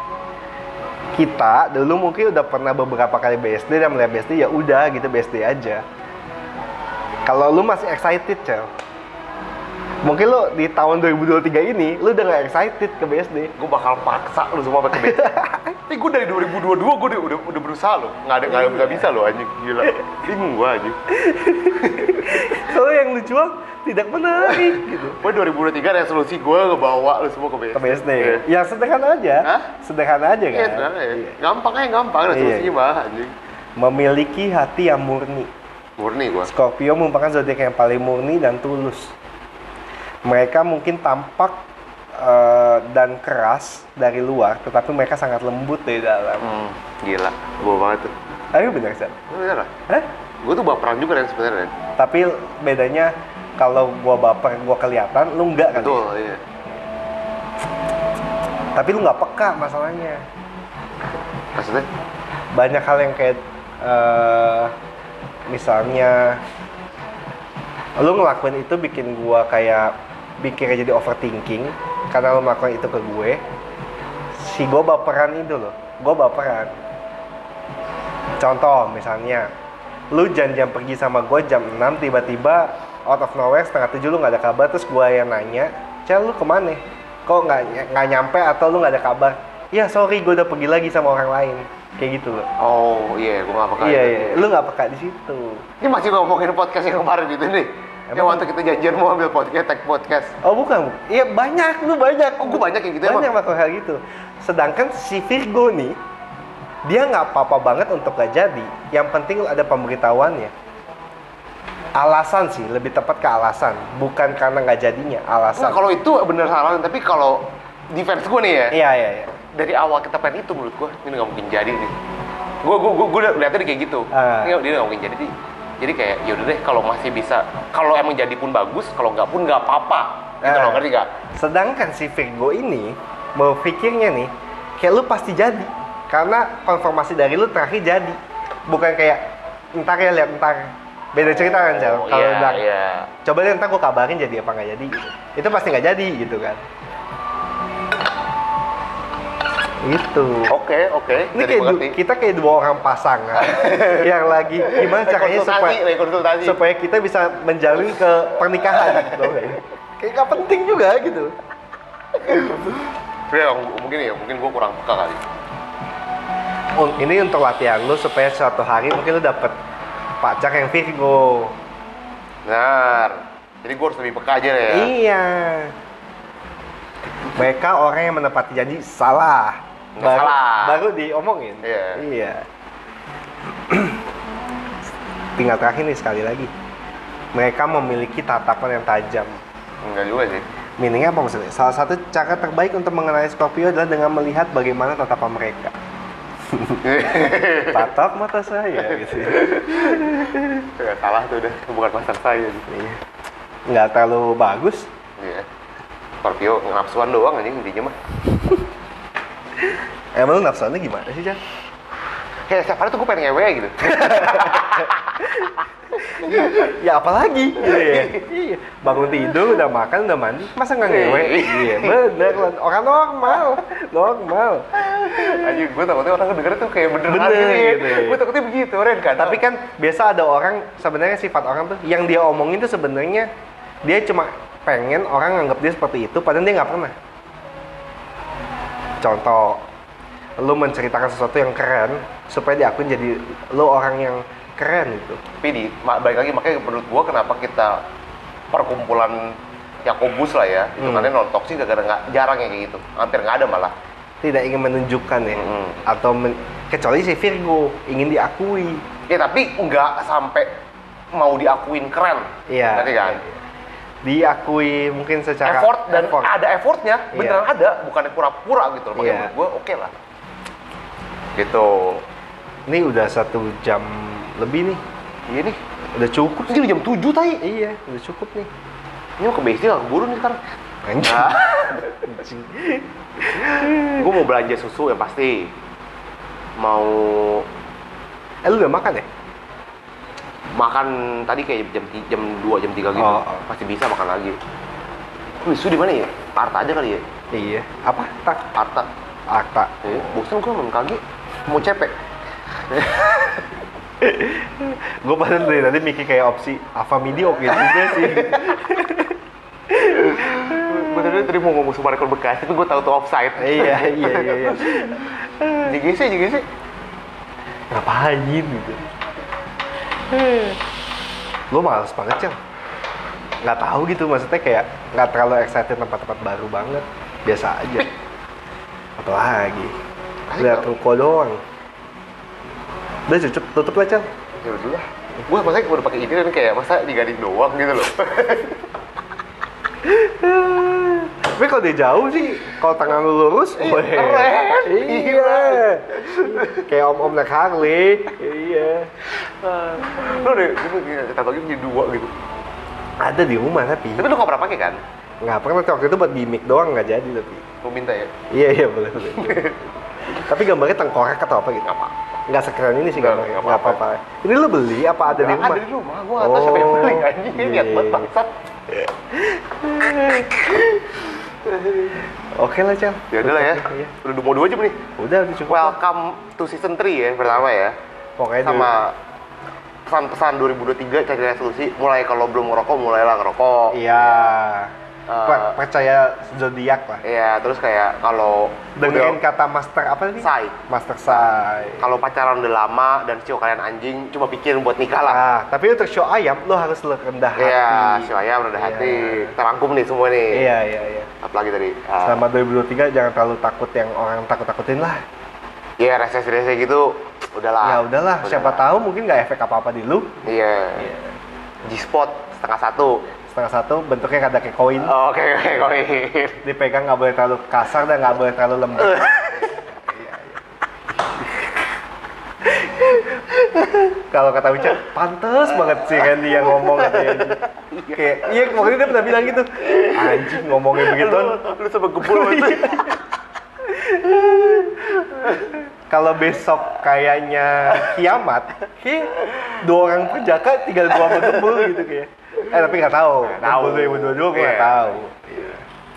Kita dulu mungkin udah pernah beberapa kali B S D dan melihat B S D ya udah gitu B S D aja. Kalau lu masih excited, Cel. Mungkin lu di tahun dua ribu dua puluh tiga ini lu udah gak excited ke B S D.
Gue bakal paksa lu semua pakai B S D. Tapi gue dari dua ribu dua puluh dua gue udah, udah, udah berusaha loh. Nggak ada nggak nggak bisa loh anjing, gila. Bingung gue anjing.
Soalnya yang lu jual tidak menarik gitu.
Gue dua ribu dua puluh tiga resolusi gue ngebawa lu semua ke B S D.
Ke B S D.
Iya.
Ya sederhana aja.
Hah?
Sederhana aja kan.
Iya, sebenarnya ya. Gampang aja gampang resolusinya
Iya.
mah anjing.
Memiliki hati yang murni.
Murni gue.
Scorpio merupakan zodiak yang paling murni dan tulus. Mereka mungkin tampak uh, dan keras dari luar, tetapi mereka sangat lembut dari dalam.
Hmm, gila, gue banget tuh.
Ayo benar San?
Bener lah.
Hah?
Gue tuh baperan juga kan sebenarnya.
Tapi bedanya kalau gua baper, gua kelihatan, lu enggak kan?
Betul, iya.
Tapi lu nggak peka masalahnya.
Maksudnya?
Banyak hal yang kayak uh, misalnya lu ngelakuin itu bikin gua kayak pikirnya jadi overthinking karena lu melakukan itu ke gue. Si gua baperan itu loh, gua baperan. Contoh misalnya, lu janjian pergi sama gue jam enam, tiba-tiba out of nowhere setengah tujuh lu nggak ada kabar, terus gue yang nanya, Cel lu kemana? Kok nggak nggak nyampe atau lu nggak ada kabar? Ya sorry, gue udah pergi lagi sama orang lain, kayak gitu loh.
Oh iya, gue nggak peka.
Iya
itu.
iya, lu nggak peka di situ.
Ini masih ngomongin podcast yang kemarin itu nih. Yang
Emang?
waktu kita janjian mau ambil podcast, tag podcast.
Oh bukan, iya banyak, lu banyak.
Oh, gue banyak kayak gitu
Banyak
emang.
melakukan hal gitu. Sedangkan si Virgo nih, dia nggak apa-apa banget untuk gak jadi. Yang penting ada pemberitahuannya. Alasan sih, lebih tepat ke alasan, bukan karena nggak jadinya. Alasan.
Nah, kalau itu bener salah, tapi kalau defense gue nih ya,
Iya iya iya.
dari awal kita plan itu menurut gue ini nggak mungkin jadi nih. Gue gue gue gue lihatnya kayak gitu.
Ah.
Ini dia nggak mungkin jadi. Jadi kayak yaudah deh, kalau masih bisa, kalau emang jadi pun bagus, kalau nggak pun nggak apa-apa. Gitu
Ah.
loh, ngerti nggak?
Sedangkan si Virgo ini berpikirnya nih, kayak lu pasti jadi, karena konfirmasi dari lu terakhir jadi, bukan kayak ntar ya lihat ntar. Beda cerita kan Cel.
Oh,
Kalau
iya,
bilang,
iya.
coba deh ntar gue kabarin jadi apa nggak jadi, gitu. Itu pasti nggak jadi gitu kan. Gitu.
Oke, oke.
Ini
Jadi
kayak du-
mengerti.
kita kayak dua orang pasangan yang lagi gimana caranya
Konsultasi,
supaya
lagi konsultasi.
supaya kita bisa menjalin ke pernikahan gitu. Kayak nggak penting juga gitu.
Ya, mungkin ya, mungkin gue kurang peka kali.
Oh, ini untuk latihan lu supaya suatu hari mungkin lu dapet pacar yang Virgo.
Benar. Jadi gue harus lebih peka aja ya.
Iya. Mereka orang yang menepati janji salah.
Nggak
baru,
salah.
Baru diomongin.
Iya.
Iya. Tinggal terakhir nih sekali lagi. Mereka memiliki tatapan yang tajam.
Enggak juga sih.
Meaningnya apa maksudnya? Salah satu cara terbaik untuk mengenali Scorpio adalah dengan melihat bagaimana tatapan mereka. Tatap mata saya gitu.
Nggak salah tuh udah, bukan pasar saya gitu.
Iya. Nggak terlalu bagus.
Iya. Scorpio nafsuan doang anjing intinya mah.
Emang lu nafsuannya gimana sih, Jan?
Kayak setiap hari tuh gue pengen ngewe gitu.
Ya apalagi gitu ya. Iya. Bangun tidur, udah makan, udah mandi, masa nggak ngewe? Iya, bener lah. Orang normal, normal.
Anjing, gue takutnya orang denger tuh kayak beneran
Bener,
gitu ya.
gitu ya.
Gue takutnya begitu, Ren kan.
Tapi kan biasa ada orang, sebenarnya sifat orang tuh yang dia omongin tuh sebenarnya dia cuma pengen orang nganggap dia seperti itu, padahal dia nggak pernah. Contoh, lu menceritakan sesuatu yang keren supaya diakuin jadi lu orang yang keren gitu.
Tapi di, ma- balik lagi makanya menurut gua kenapa kita perkumpulan Yakobus lah ya, itu
Hmm.
kan non toksik gara-gara nggak jarang yang kayak gitu, hampir nggak ada malah.
Tidak ingin menunjukkan ya,
Hmm.
atau men- kecuali si Virgo ingin diakui.
Ya tapi nggak sampai mau diakuin keren,
Iya.
ngerti kan?
Diakui mungkin secara
Effort dan
effort.
ada effortnya,
Iya.
beneran ada, bukan pura-pura gitu loh. Makanya
Iya.
menurut gua oke lah. Gitu.
Ini udah satu jam lebih nih,
Iya nih,
udah cukup sih.
ini jam tujuh tai.
Iya, udah cukup nih.
Ini mau ke B S D nggak keburu nih sekarang.
Anjing.
Nah.
Anjing.
Gue mau belanja susu yang pasti. Mau
Eh lu udah makan ya?
makan tadi kayak jam ti- jam dua jam tiga gitu.
Oh, oh.
Pasti bisa makan lagi. Wih, susu di mana ya? Arta aja kali ya.
Iya. Apa? Tak.
Arta.
Akta.
Eh, bosan gue main kaki. Mau cepek.
Gue padahal dari tadi mikir kayak opsi Avamidi oke juga sih.
Gue tadi tadi mau ngomong Sumarekon bekas, tapi gue tahu tuh offside.
Iya, iya, iya, iya.
J G C, J G C.
Ngapain gitu? Gue males banget, Cel. Nggak tahu gitu, maksudnya kayak nggak terlalu excited tempat-tempat baru banget. Biasa aja. Apalagi lihat ruko doang. Udah cukup, tutup lah, Cel.
Ya udah lah. Gue masa udah pakai ini dan kayak masa digading doang gitu loh.
Tapi kalau dia jauh sih, kalau tangan lu lurus,
Iya,
weh.
keren.
Iya. Kayak om-om naik Harley. Iya.
Lo deh, gue kita bagi menjadi dua gitu.
Ada di rumah tapi
Tapi lo gak pernah pakai kan?
nggak pernah, waktu itu buat gimmick doang, nggak jadi tapi.
Lo minta ya?
Iya iya boleh boleh. Tapi gambarnya tengkorak atau apa gitu?
Apa?
Nggak sekeren ini sih
Nggak,
gambarnya.
nggak
Nggak
apa-apa.
apa-apa. Ini lo beli apa ada di rumah?
Ada di rumah, gue gak tau siapa yang beli anjing. Ini niat banget
Iya.
bangsat.
Oke lah, Cel.
Ya udah lah ya.
Iya.
Udah mau dua jam nih.
Udah, udah cukup.
Welcome to season three ya pertama ya.
Pokoknya
Sama pesan-pesan dua ribu dua puluh tiga cari resolusi. Mulai kalau belum ngerokok, mulailah ngerokok.
dulu. Iya.
Eh,
Per- percaya zodiak lah.
Iya, terus kayak kalau
Dengerin
udah-
kata master apa tadi?
Sai.
Master Sai.
kalau pacaran udah lama dan cowok kalian anjing, cuma pikirin buat nikah lah.
Ah, tapi untuk show ayam lo harus rendah hati.
Iya, si ayam rendah
Iya.
hati. Terangkum nih semua nih.
Iya, iya, iya.
Apalagi tadi. ah,
Selama dua ribu dua puluh tiga jangan terlalu takut yang orang takut-takutin lah.
Iya, resesi-resesi gitu. Udahlah.
Ya udahlah, siapa tahu mungkin nggak efek apa-apa di lu.
Iya. G-spot setengah satu.
Setengah satu bentuknya kada kayak koin.
Oke, oke, koin.
Dipegang nggak boleh terlalu kasar dan nggak boleh terlalu lembut. Iya, iya. Kalau kata Uca, pantes banget sih Randy yang ngomong katanya. Kayak, iya waktu itu dia pernah bilang gitu. Anjing ngomongin begitu.
Lu sama gebul banget.
Kalau besok kayaknya kiamat, kayak dua orang perjaka tinggal gua sama Gembul gitu kayak. Eh tapi nggak tahu.
Nggak tahu.
Gembul dua ribu dua puluh dua gua nggak
Iya.
tahu. Iya.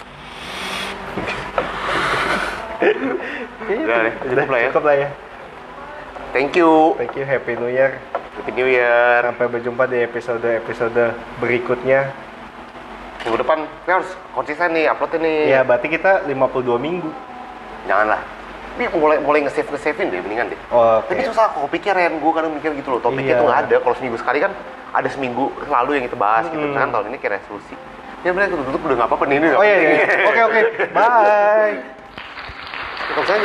Udah deh, cukup lah ya.
Cukup lah ya.
Thank you.
Thank you, Happy New Year.
Happy New Year.
Sampai berjumpa di episode-episode berikutnya.
Minggu depan kita harus konsisten nih, upload nih.
Ya, berarti kita lima puluh dua minggu.
Janganlah. Tapi mulai mulai nge-save nge-savein deh, mendingan deh.
Oh,
Tapi
oke.
susah kok kepikiran, gue kadang mikir gitu loh, topiknya
Iya.
tuh nggak ada. Kalau seminggu sekali kan ada seminggu lalu yang kita bahas gitu.
Hmm.
Kan tahun ini kayak resolusi. Ya bener, tutup udah nggak apa-apa nih. Ini nggak
Oh iya,
penting.
iya. Oke, oke. Bye.
Kalau saya